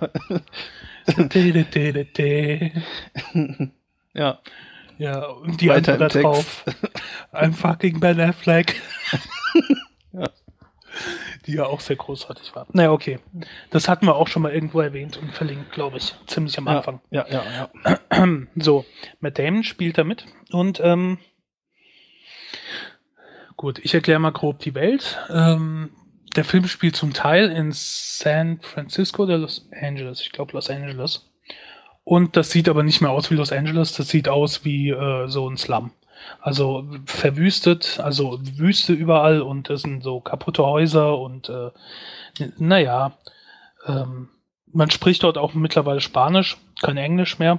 Ja. Ja, und die Antwort da drauf. I'm fucking Ben Affleck. Ja. Die ja auch sehr großartig war. Naja, okay. Das hatten wir auch schon mal irgendwo erwähnt und verlinkt, glaube ich. Ziemlich am Anfang. Ja. So, Matt Damon spielt da mit. Und gut, ich erkläre mal grob die Welt. Der Film spielt zum Teil in San Francisco oder Los Angeles. Ich glaube Los Angeles. Und das sieht aber nicht mehr aus wie Los Angeles. Das sieht aus wie so ein Slum. Also verwüstet, also Wüste überall und es sind so kaputte Häuser und man spricht dort auch mittlerweile Spanisch, kein Englisch mehr.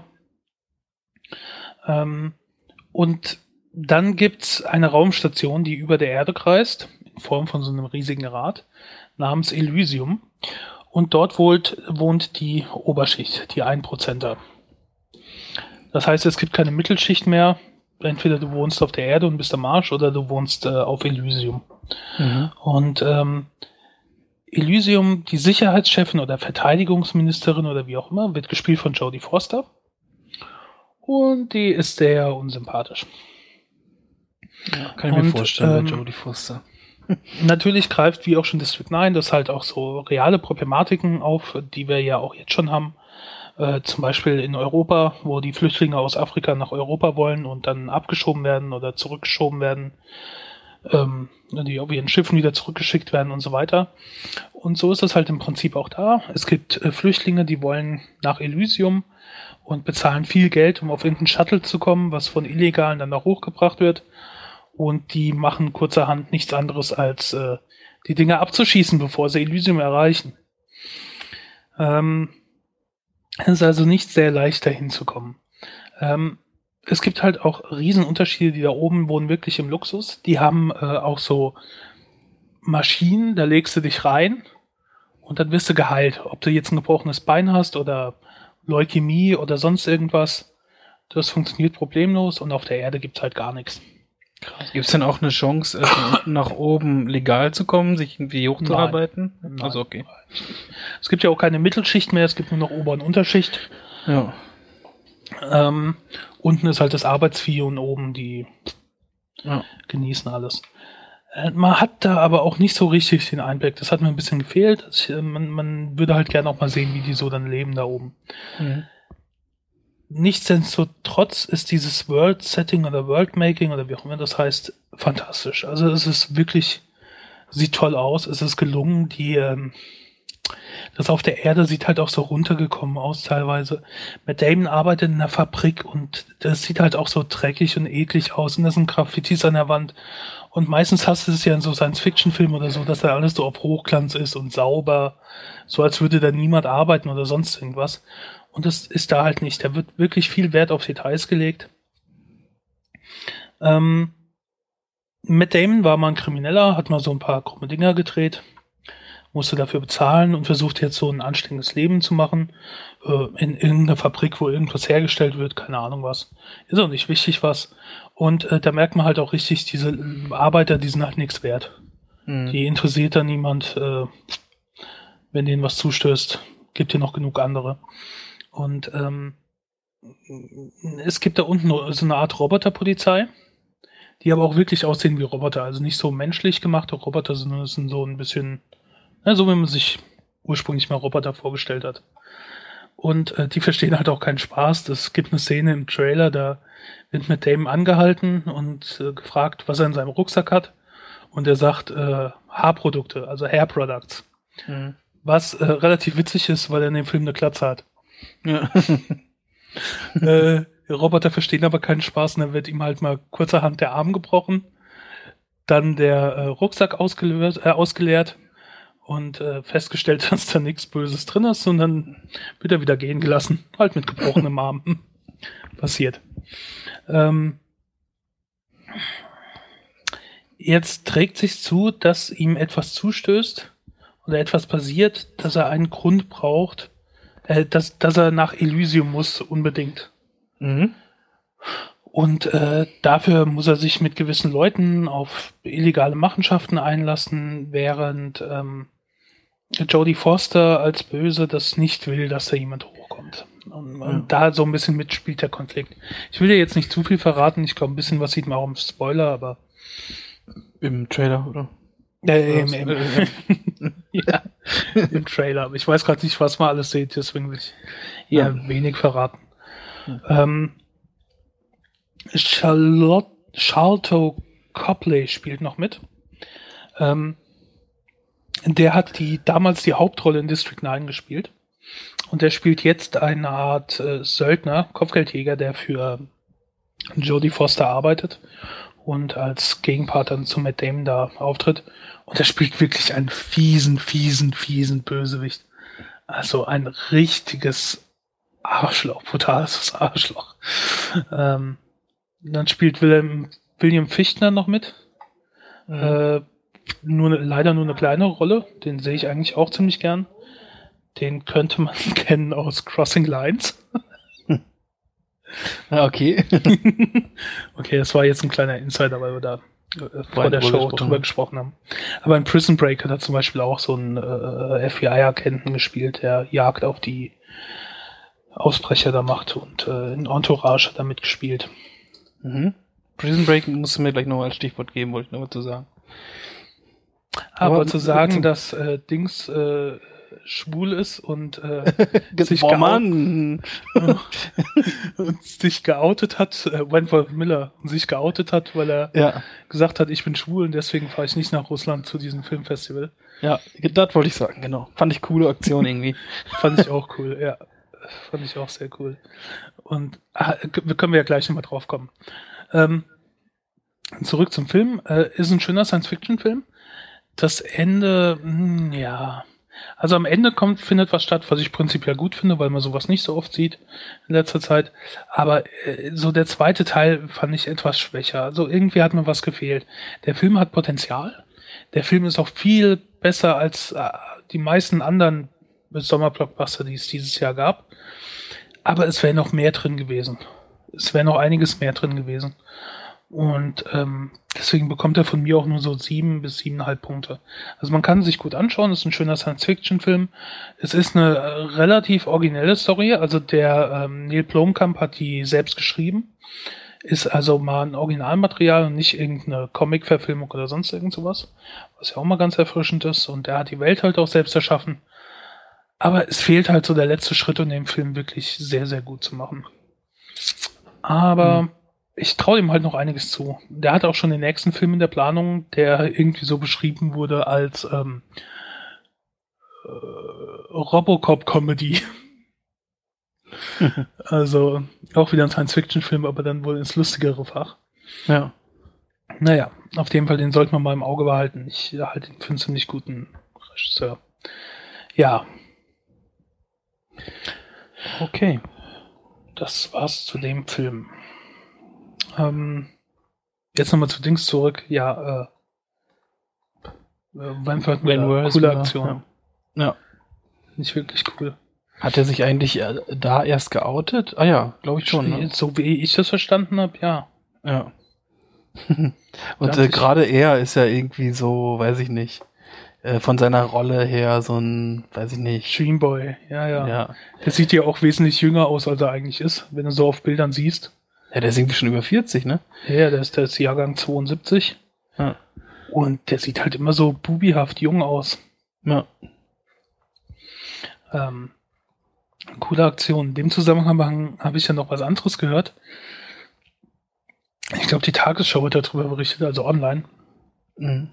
Und dann gibt's eine Raumstation, die über der Erde kreist, in Form von so einem riesigen Rad, namens Elysium. Und dort wohnt die Oberschicht, die 1%er. Das heißt, es gibt keine Mittelschicht mehr. entweder du wohnst auf der Erde und bist am Arsch oder du wohnst auf Elysium. Und Elysium, die Sicherheitschefin oder Verteidigungsministerin oder wie auch immer, wird gespielt von Jodie Foster. Und die ist sehr unsympathisch. Ja, kann ich mir vorstellen bei Jodie Foster. Natürlich greift, wie auch schon District 9, das halt auch so reale Problematiken auf, die wir ja auch jetzt schon haben. Zum Beispiel in Europa, wo die Flüchtlinge aus Afrika nach Europa wollen und dann abgeschoben werden oder zurückgeschoben werden, die auf ihren Schiffen wieder zurückgeschickt werden und so weiter. Und so ist es halt im Prinzip auch da. Es gibt Flüchtlinge, die wollen nach Elysium und bezahlen viel Geld, um auf irgendeinen Shuttle zu kommen, was von Illegalen dann noch hochgebracht wird. Und die machen kurzerhand nichts anderes, als die Dinger abzuschießen, bevor sie Elysium erreichen. Es ist also nicht sehr leicht, dahin zu kommen. Es gibt halt auch Riesenunterschiede, die da oben wohnen wirklich im Luxus. Die haben auch so Maschinen, da legst du dich rein und dann wirst du geheilt. Ob du jetzt ein gebrochenes Bein hast oder Leukämie oder sonst irgendwas, das funktioniert problemlos und auf der Erde gibt's halt gar nichts. Gibt es denn auch eine Chance, nach oben legal zu kommen, sich irgendwie hochzuarbeiten? Nein. Also okay. Es gibt ja auch keine Mittelschicht mehr, es gibt nur noch Ober- und Unterschicht. Ja. Unten ist halt das Arbeitsvieh und oben die genießen alles. Man hat da aber auch nicht so richtig den Einblick. Das hat mir ein bisschen gefehlt. Man würde halt gerne auch mal sehen, wie die so dann leben da oben. Nichtsdestotrotz ist dieses World-Setting oder World-Making oder wie auch immer das heißt, fantastisch. Also es ist wirklich, sieht toll aus, es ist gelungen, das auf der Erde sieht halt auch so runtergekommen aus teilweise. Matt Damon arbeitet in einer Fabrik und das sieht halt auch so dreckig und eklig aus und da sind Graffitis an der Wand. Und meistens hast du es ja in so Science-Fiction-Filmen oder so, dass da alles so auf Hochglanz ist und sauber, so als würde da niemand arbeiten oder sonst irgendwas. Und das ist da halt nicht. Da wird wirklich viel Wert auf Details gelegt. Matt Damon war mal ein Krimineller, hat mal so ein paar krumme Dinger gedreht, musste dafür bezahlen und versucht jetzt so ein anständiges Leben zu machen. In irgendeiner Fabrik, wo irgendwas hergestellt wird, keine Ahnung was. Ist auch nicht wichtig was. Und da merkt man halt auch richtig, diese Arbeiter, die sind halt nichts wert. Die interessiert da niemand. Wenn denen was zustößt, gibt hier noch genug andere. Und es gibt da unten so eine Art Roboterpolizei, die aber auch wirklich aussehen wie Roboter. Also nicht so menschlich gemachte Roboter, sondern es sind so ein bisschen, so wie man sich ursprünglich mal Roboter vorgestellt hat. Und die verstehen halt auch keinen Spaß. Es gibt eine Szene im Trailer, da wird Matt Damon angehalten und gefragt, was er in seinem Rucksack hat. Und er sagt Haarprodukte, also Hair Products. Was relativ witzig ist, weil er in dem Film eine Glatze hat. Ja. Roboter verstehen aber keinen Spaß und dann wird ihm halt mal kurzerhand der Arm gebrochen, dann der Rucksack ausgeleert und festgestellt, dass da nichts Böses drin ist und dann wird er wieder gehen gelassen, halt mit gebrochenem Arm. Passiert. Jetzt trägt sich zu, dass ihm etwas zustößt oder etwas passiert, dass er einen Grund braucht, dass er nach Elysium muss, unbedingt. Und dafür muss er sich mit gewissen Leuten auf illegale Machenschaften einlassen, während Jodie Foster als Böse das nicht will, dass da jemand hochkommt. Und da so ein bisschen mitspielt der Konflikt. Ich will dir jetzt nicht zu viel verraten, ich glaube, ein bisschen was sieht man auch im Spoiler, aber im Trailer, oder? Ja, im Trailer. Aber ich weiß gerade nicht, was man alles sieht, deswegen will ich eher wenig verraten. Sharlto Copley spielt noch mit. Der hat damals die Hauptrolle in District 9 gespielt. Und der spielt jetzt eine Art Söldner, Kopfgeldjäger, der für Jodie Foster arbeitet und als Gegenpart dann zu Matt Damon da auftritt. Und er spielt wirklich einen fiesen Bösewicht. Also ein richtiges Arschloch, brutales Arschloch. Dann spielt William Fichtner noch mit. Leider nur eine kleine Rolle. Den sehe ich eigentlich auch ziemlich gern. Den könnte man kennen aus Crossing Lines. Okay. Okay, das war jetzt ein kleiner Insider, weil wir da vor der Show drüber gesprochen haben. Aber in Prison Break hat er zum Beispiel auch so einen FBI-Agenten gespielt, der Jagd auf die Ausbrecher da macht und in Entourage hat er mitgespielt. Mhm. Prison Break musst du mir gleich nochmal als Stichwort geben, wollte ich noch mal zu sagen. Aber zu sagen, dass Dings schwul ist und sich geoutet hat, Wentworth Miller sich geoutet hat, weil er gesagt hat, ich bin schwul und deswegen fahre ich nicht nach Russland zu diesem Filmfestival. Ja, das wollte ich sagen, genau. Fand ich coole Aktion irgendwie. Fand ich auch cool, ja. Fand ich auch sehr cool. Und können wir ja gleich nochmal drauf kommen. Zurück zum Film. Ist ein schöner Science-Fiction-Film. Das Ende, ja. Also am Ende findet was statt, was ich prinzipiell gut finde, weil man sowas nicht so oft sieht in letzter Zeit. Aber so der zweite Teil fand ich etwas schwächer. Also irgendwie hat mir was gefehlt. Der Film hat Potenzial. Der Film ist auch viel besser als die meisten anderen Sommerblockbuster, die es dieses Jahr gab. Aber es wäre noch mehr drin gewesen. Es wäre noch einiges mehr drin gewesen. Und deswegen bekommt er von mir auch nur so 7 bis 7,5 Punkte. Also man kann sich gut anschauen, es ist ein schöner Science-Fiction-Film. Es ist eine relativ originelle Story, also der Neil Blomkamp hat die selbst geschrieben. Ist also mal ein Originalmaterial und nicht irgendeine Comic-Verfilmung oder sonst irgend sowas, was ja auch mal ganz erfrischend ist. Und er hat die Welt halt auch selbst erschaffen. Aber es fehlt halt so der letzte Schritt, um den Film wirklich sehr, sehr gut zu machen. Aber ich traue ihm halt noch einiges zu. Der hat auch schon den nächsten Film in der Planung, der irgendwie so beschrieben wurde als Robocop-Comedy. Also auch wieder ein Science-Fiction-Film, aber dann wohl ins lustigere Fach. Ja. Naja, auf jeden Fall, den sollte man mal im Auge behalten. Ich halte ihn für einen ziemlich guten Regisseur. Ja. Okay. Das war's zu dem Film. Jetzt nochmal zu Dings zurück. Ja, Wentworth, coole Aktion. Ja. Nicht wirklich cool. Hat er sich eigentlich da erst geoutet? Ah ja, glaube ich schon. Ne? So wie ich das verstanden habe, ja. Ja. Und gerade er ist ja irgendwie so, weiß ich nicht, von seiner Rolle her so ein, weiß ich nicht. Dreamboy, ja. Der sieht ja auch wesentlich jünger aus, als er eigentlich ist, wenn du so auf Bildern siehst. Ja, der ist irgendwie schon über 40, ne? Ja, der ist Jahrgang 72. Ja. Und der sieht halt immer so bubihaft jung aus. Ja. Coole Aktion. In dem Zusammenhang habe ich ja noch was anderes gehört. Ich glaube, die Tagesschau hat darüber berichtet, also online. Mhm.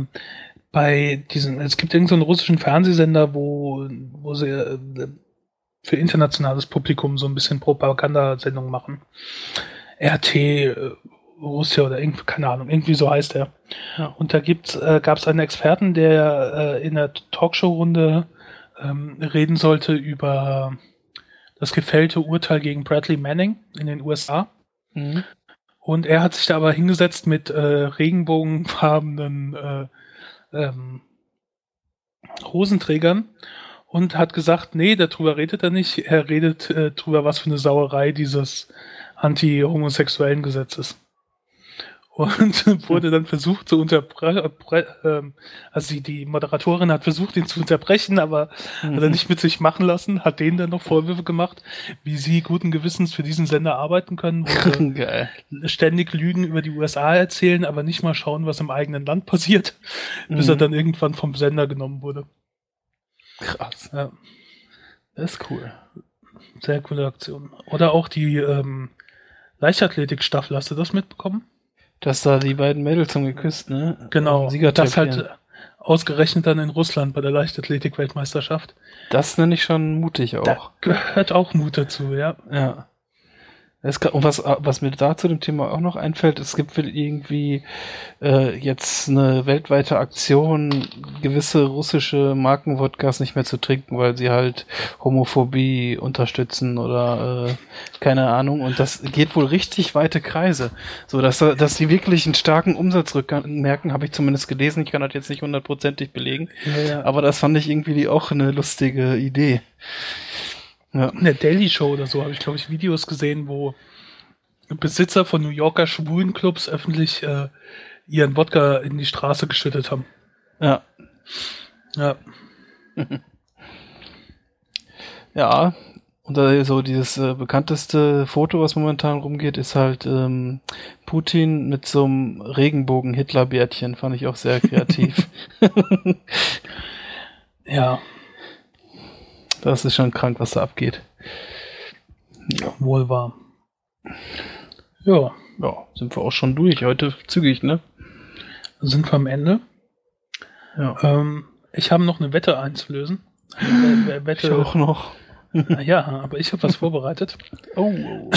Es gibt irgendeinen so einen russischen Fernsehsender, wo sie für internationales Publikum so ein bisschen Propagandasendungen machen. RT Russia oder irgendwie, keine Ahnung, irgendwie so heißt er. Ja. Und da gab es einen Experten, der in der Talkshow-Runde reden sollte über das gefällte Urteil gegen Bradley Manning in den USA. Mhm. Und er hat sich da aber hingesetzt mit regenbogenfarbenen Hosenträgern und hat gesagt, nee, darüber redet er nicht. Er redet drüber, was für eine Sauerei dieses anti-homosexuellen Gesetz ist. Und wurde dann versucht zu also die Moderatorin hat versucht, ihn zu unterbrechen, aber hat er nicht mit sich machen lassen, hat denen dann noch Vorwürfe gemacht, wie sie guten Gewissens für diesen Sender arbeiten können, wo sie ständig Lügen über die USA erzählen, aber nicht mal schauen, was im eigenen Land passiert, bis er dann irgendwann vom Sender genommen wurde. Krass. Ja. Das ist cool. Sehr coole Aktion. Oder auch die Leichtathletik-Staffel, hast du das mitbekommen? Dass da die beiden Mädels haben geküsst, ne? Genau, das halt ausgerechnet dann in Russland bei der Leichtathletik-Weltmeisterschaft. Das nenne ich schon mutig auch. Da gehört auch Mut dazu, ja. Ja. Und was mir da zu dem Thema auch noch einfällt, es gibt irgendwie jetzt eine weltweite Aktion, gewisse russische Markenwodkas nicht mehr zu trinken, weil sie halt Homophobie unterstützen oder keine Ahnung. Und das geht wohl richtig weite Kreise. So, dass die wirklich einen starken Umsatzrückgang merken, habe ich zumindest gelesen. Ich kann das jetzt nicht 100%ig belegen. Ja. Aber das fand ich irgendwie auch eine lustige Idee. Ja. In der Daily Show oder so habe ich, glaube ich, Videos gesehen, wo Besitzer von New Yorker Schwulenclubs öffentlich ihren Wodka in die Straße geschüttet haben. Ja. Ja. Ja, und so dieses bekannteste Foto, was momentan rumgeht, ist halt Putin mit so einem Regenbogen-Hitlerbärtchen. Fand ich auch sehr kreativ. Ja. Das ist schon krank, was da abgeht. Ja. Wohl wahr. Ja. Ja, sind wir auch schon durch. Heute zügig, ne? Sind wir am Ende. Ja. Ich habe noch eine Wette einzulösen. Wette. Ich auch noch. Ja, aber ich habe was vorbereitet. Oh.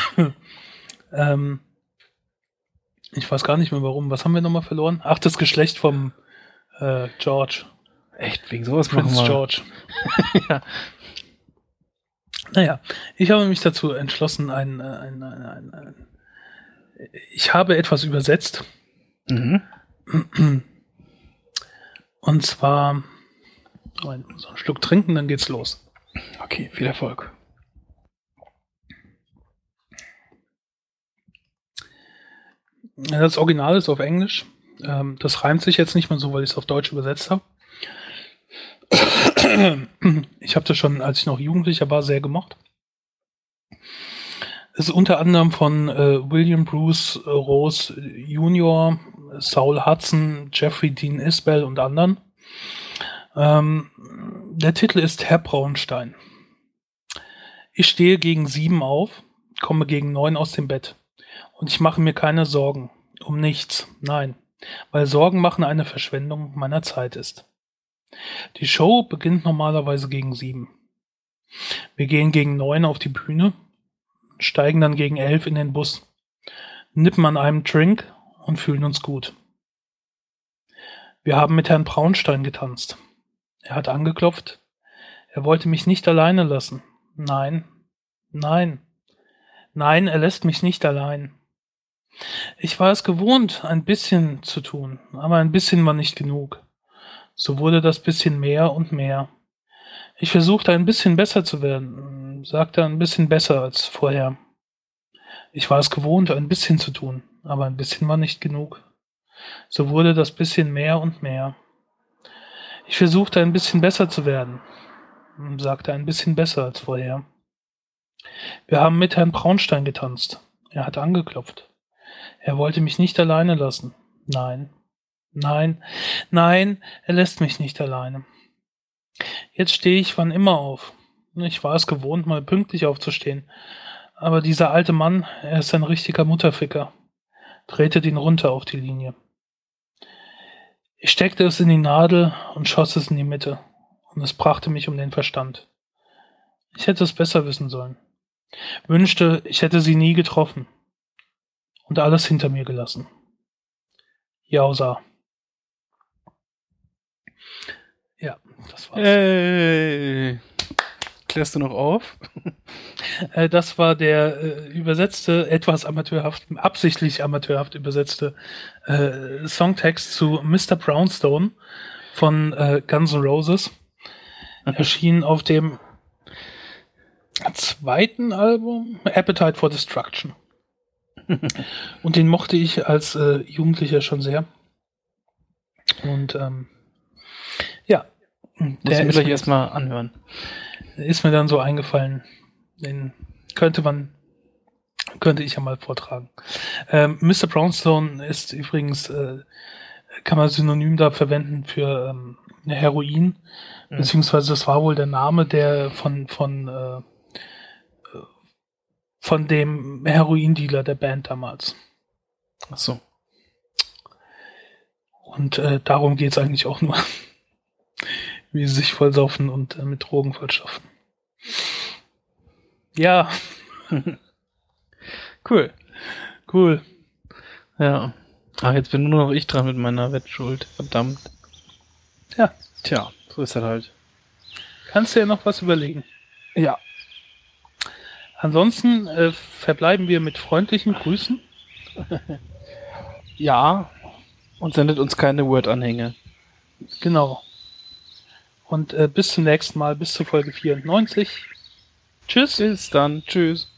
Ich weiß gar nicht mehr warum. Was haben wir nochmal verloren? Ach, das Geschlecht vom George. Echt? Wegen sowas Prince machen wir. George. Ja. Naja, ich habe mich dazu entschlossen, ich habe etwas übersetzt. Mhm. Und zwar so einen Schluck trinken, dann geht's los. Okay, viel Erfolg. Das Original ist auf Englisch. Das reimt sich jetzt nicht mal so, weil ich es auf Deutsch übersetzt habe. Ich habe das schon, als ich noch Jugendlicher war, sehr gemocht. Es ist unter anderem von William Bruce Rose Jr., Saul Hudson, Jeffrey Dean Isbell und anderen. Der Titel ist Herr Braunstein. Ich stehe gegen 7 auf, komme gegen 9 aus dem Bett. Und ich mache mir keine Sorgen. Um nichts. Nein. Weil Sorgen machen eine Verschwendung meiner Zeit ist. Die Show beginnt normalerweise gegen 7. Wir gehen gegen 9 auf die Bühne, steigen dann gegen 11 in den Bus, nippen an einem Drink und fühlen uns gut. Wir haben mit Herrn Braunstein getanzt. Er hat angeklopft. Er wollte mich nicht alleine lassen. Nein, nein, nein, er lässt mich nicht allein. Ich war es gewohnt, ein bisschen zu tun, aber ein bisschen war nicht genug. So wurde das bisschen mehr und mehr. Ich versuchte ein bisschen besser zu werden, sagte ein bisschen besser als vorher. Ich war es gewohnt, ein bisschen zu tun, aber ein bisschen war nicht genug. So wurde das bisschen mehr und mehr. Ich versuchte ein bisschen besser zu werden, sagte ein bisschen besser als vorher. Wir haben mit Herrn Braunstein getanzt. Er hat angeklopft. Er wollte mich nicht alleine lassen. Nein, nein, nein, er lässt mich nicht alleine. Jetzt stehe ich wann immer auf. Ich war es gewohnt, mal pünktlich aufzustehen. Aber dieser alte Mann, er ist ein richtiger Mutterficker. Tretet ihn runter auf die Linie. Ich steckte es in die Nadel und schoss es in die Mitte. Und es brachte mich um den Verstand. Ich hätte es besser wissen sollen. Wünschte, ich hätte sie nie getroffen. Und alles hinter mir gelassen. Jausa. Ja, das war's. Hey. Klärst du noch auf? Das war der übersetzte, etwas absichtlich amateurhaft übersetzte Songtext zu Mr. Brownstone von Guns N' Roses. Erschien auf dem 2. Album Appetite for Destruction. Und den mochte ich als Jugendlicher schon sehr. Und ja. Muss ich mir gleich erstmal anhören. Ist mir dann so eingefallen. Den könnte ich ja mal vortragen. Mr. Brownstone ist übrigens, kann man synonym da verwenden für Heroin, beziehungsweise das war wohl der Name, der von dem Heroindealer der Band damals. Ach so. Und darum geht's eigentlich auch nur. Wie sie sich vollsaufen und mit Drogen vollschaffen. Ja. Cool. Cool. Ja. Ach, jetzt bin nur noch ich dran mit meiner Wettschuld. Verdammt. Ja. Tja, so ist das halt. Kannst du ja noch was überlegen. Ja. Ansonsten verbleiben wir mit freundlichen Grüßen. Ja. Und sendet uns keine Word-Anhänge. Genau. Und bis zum nächsten Mal, bis zur Folge 94. Tschüss. Bis dann. Tschüss.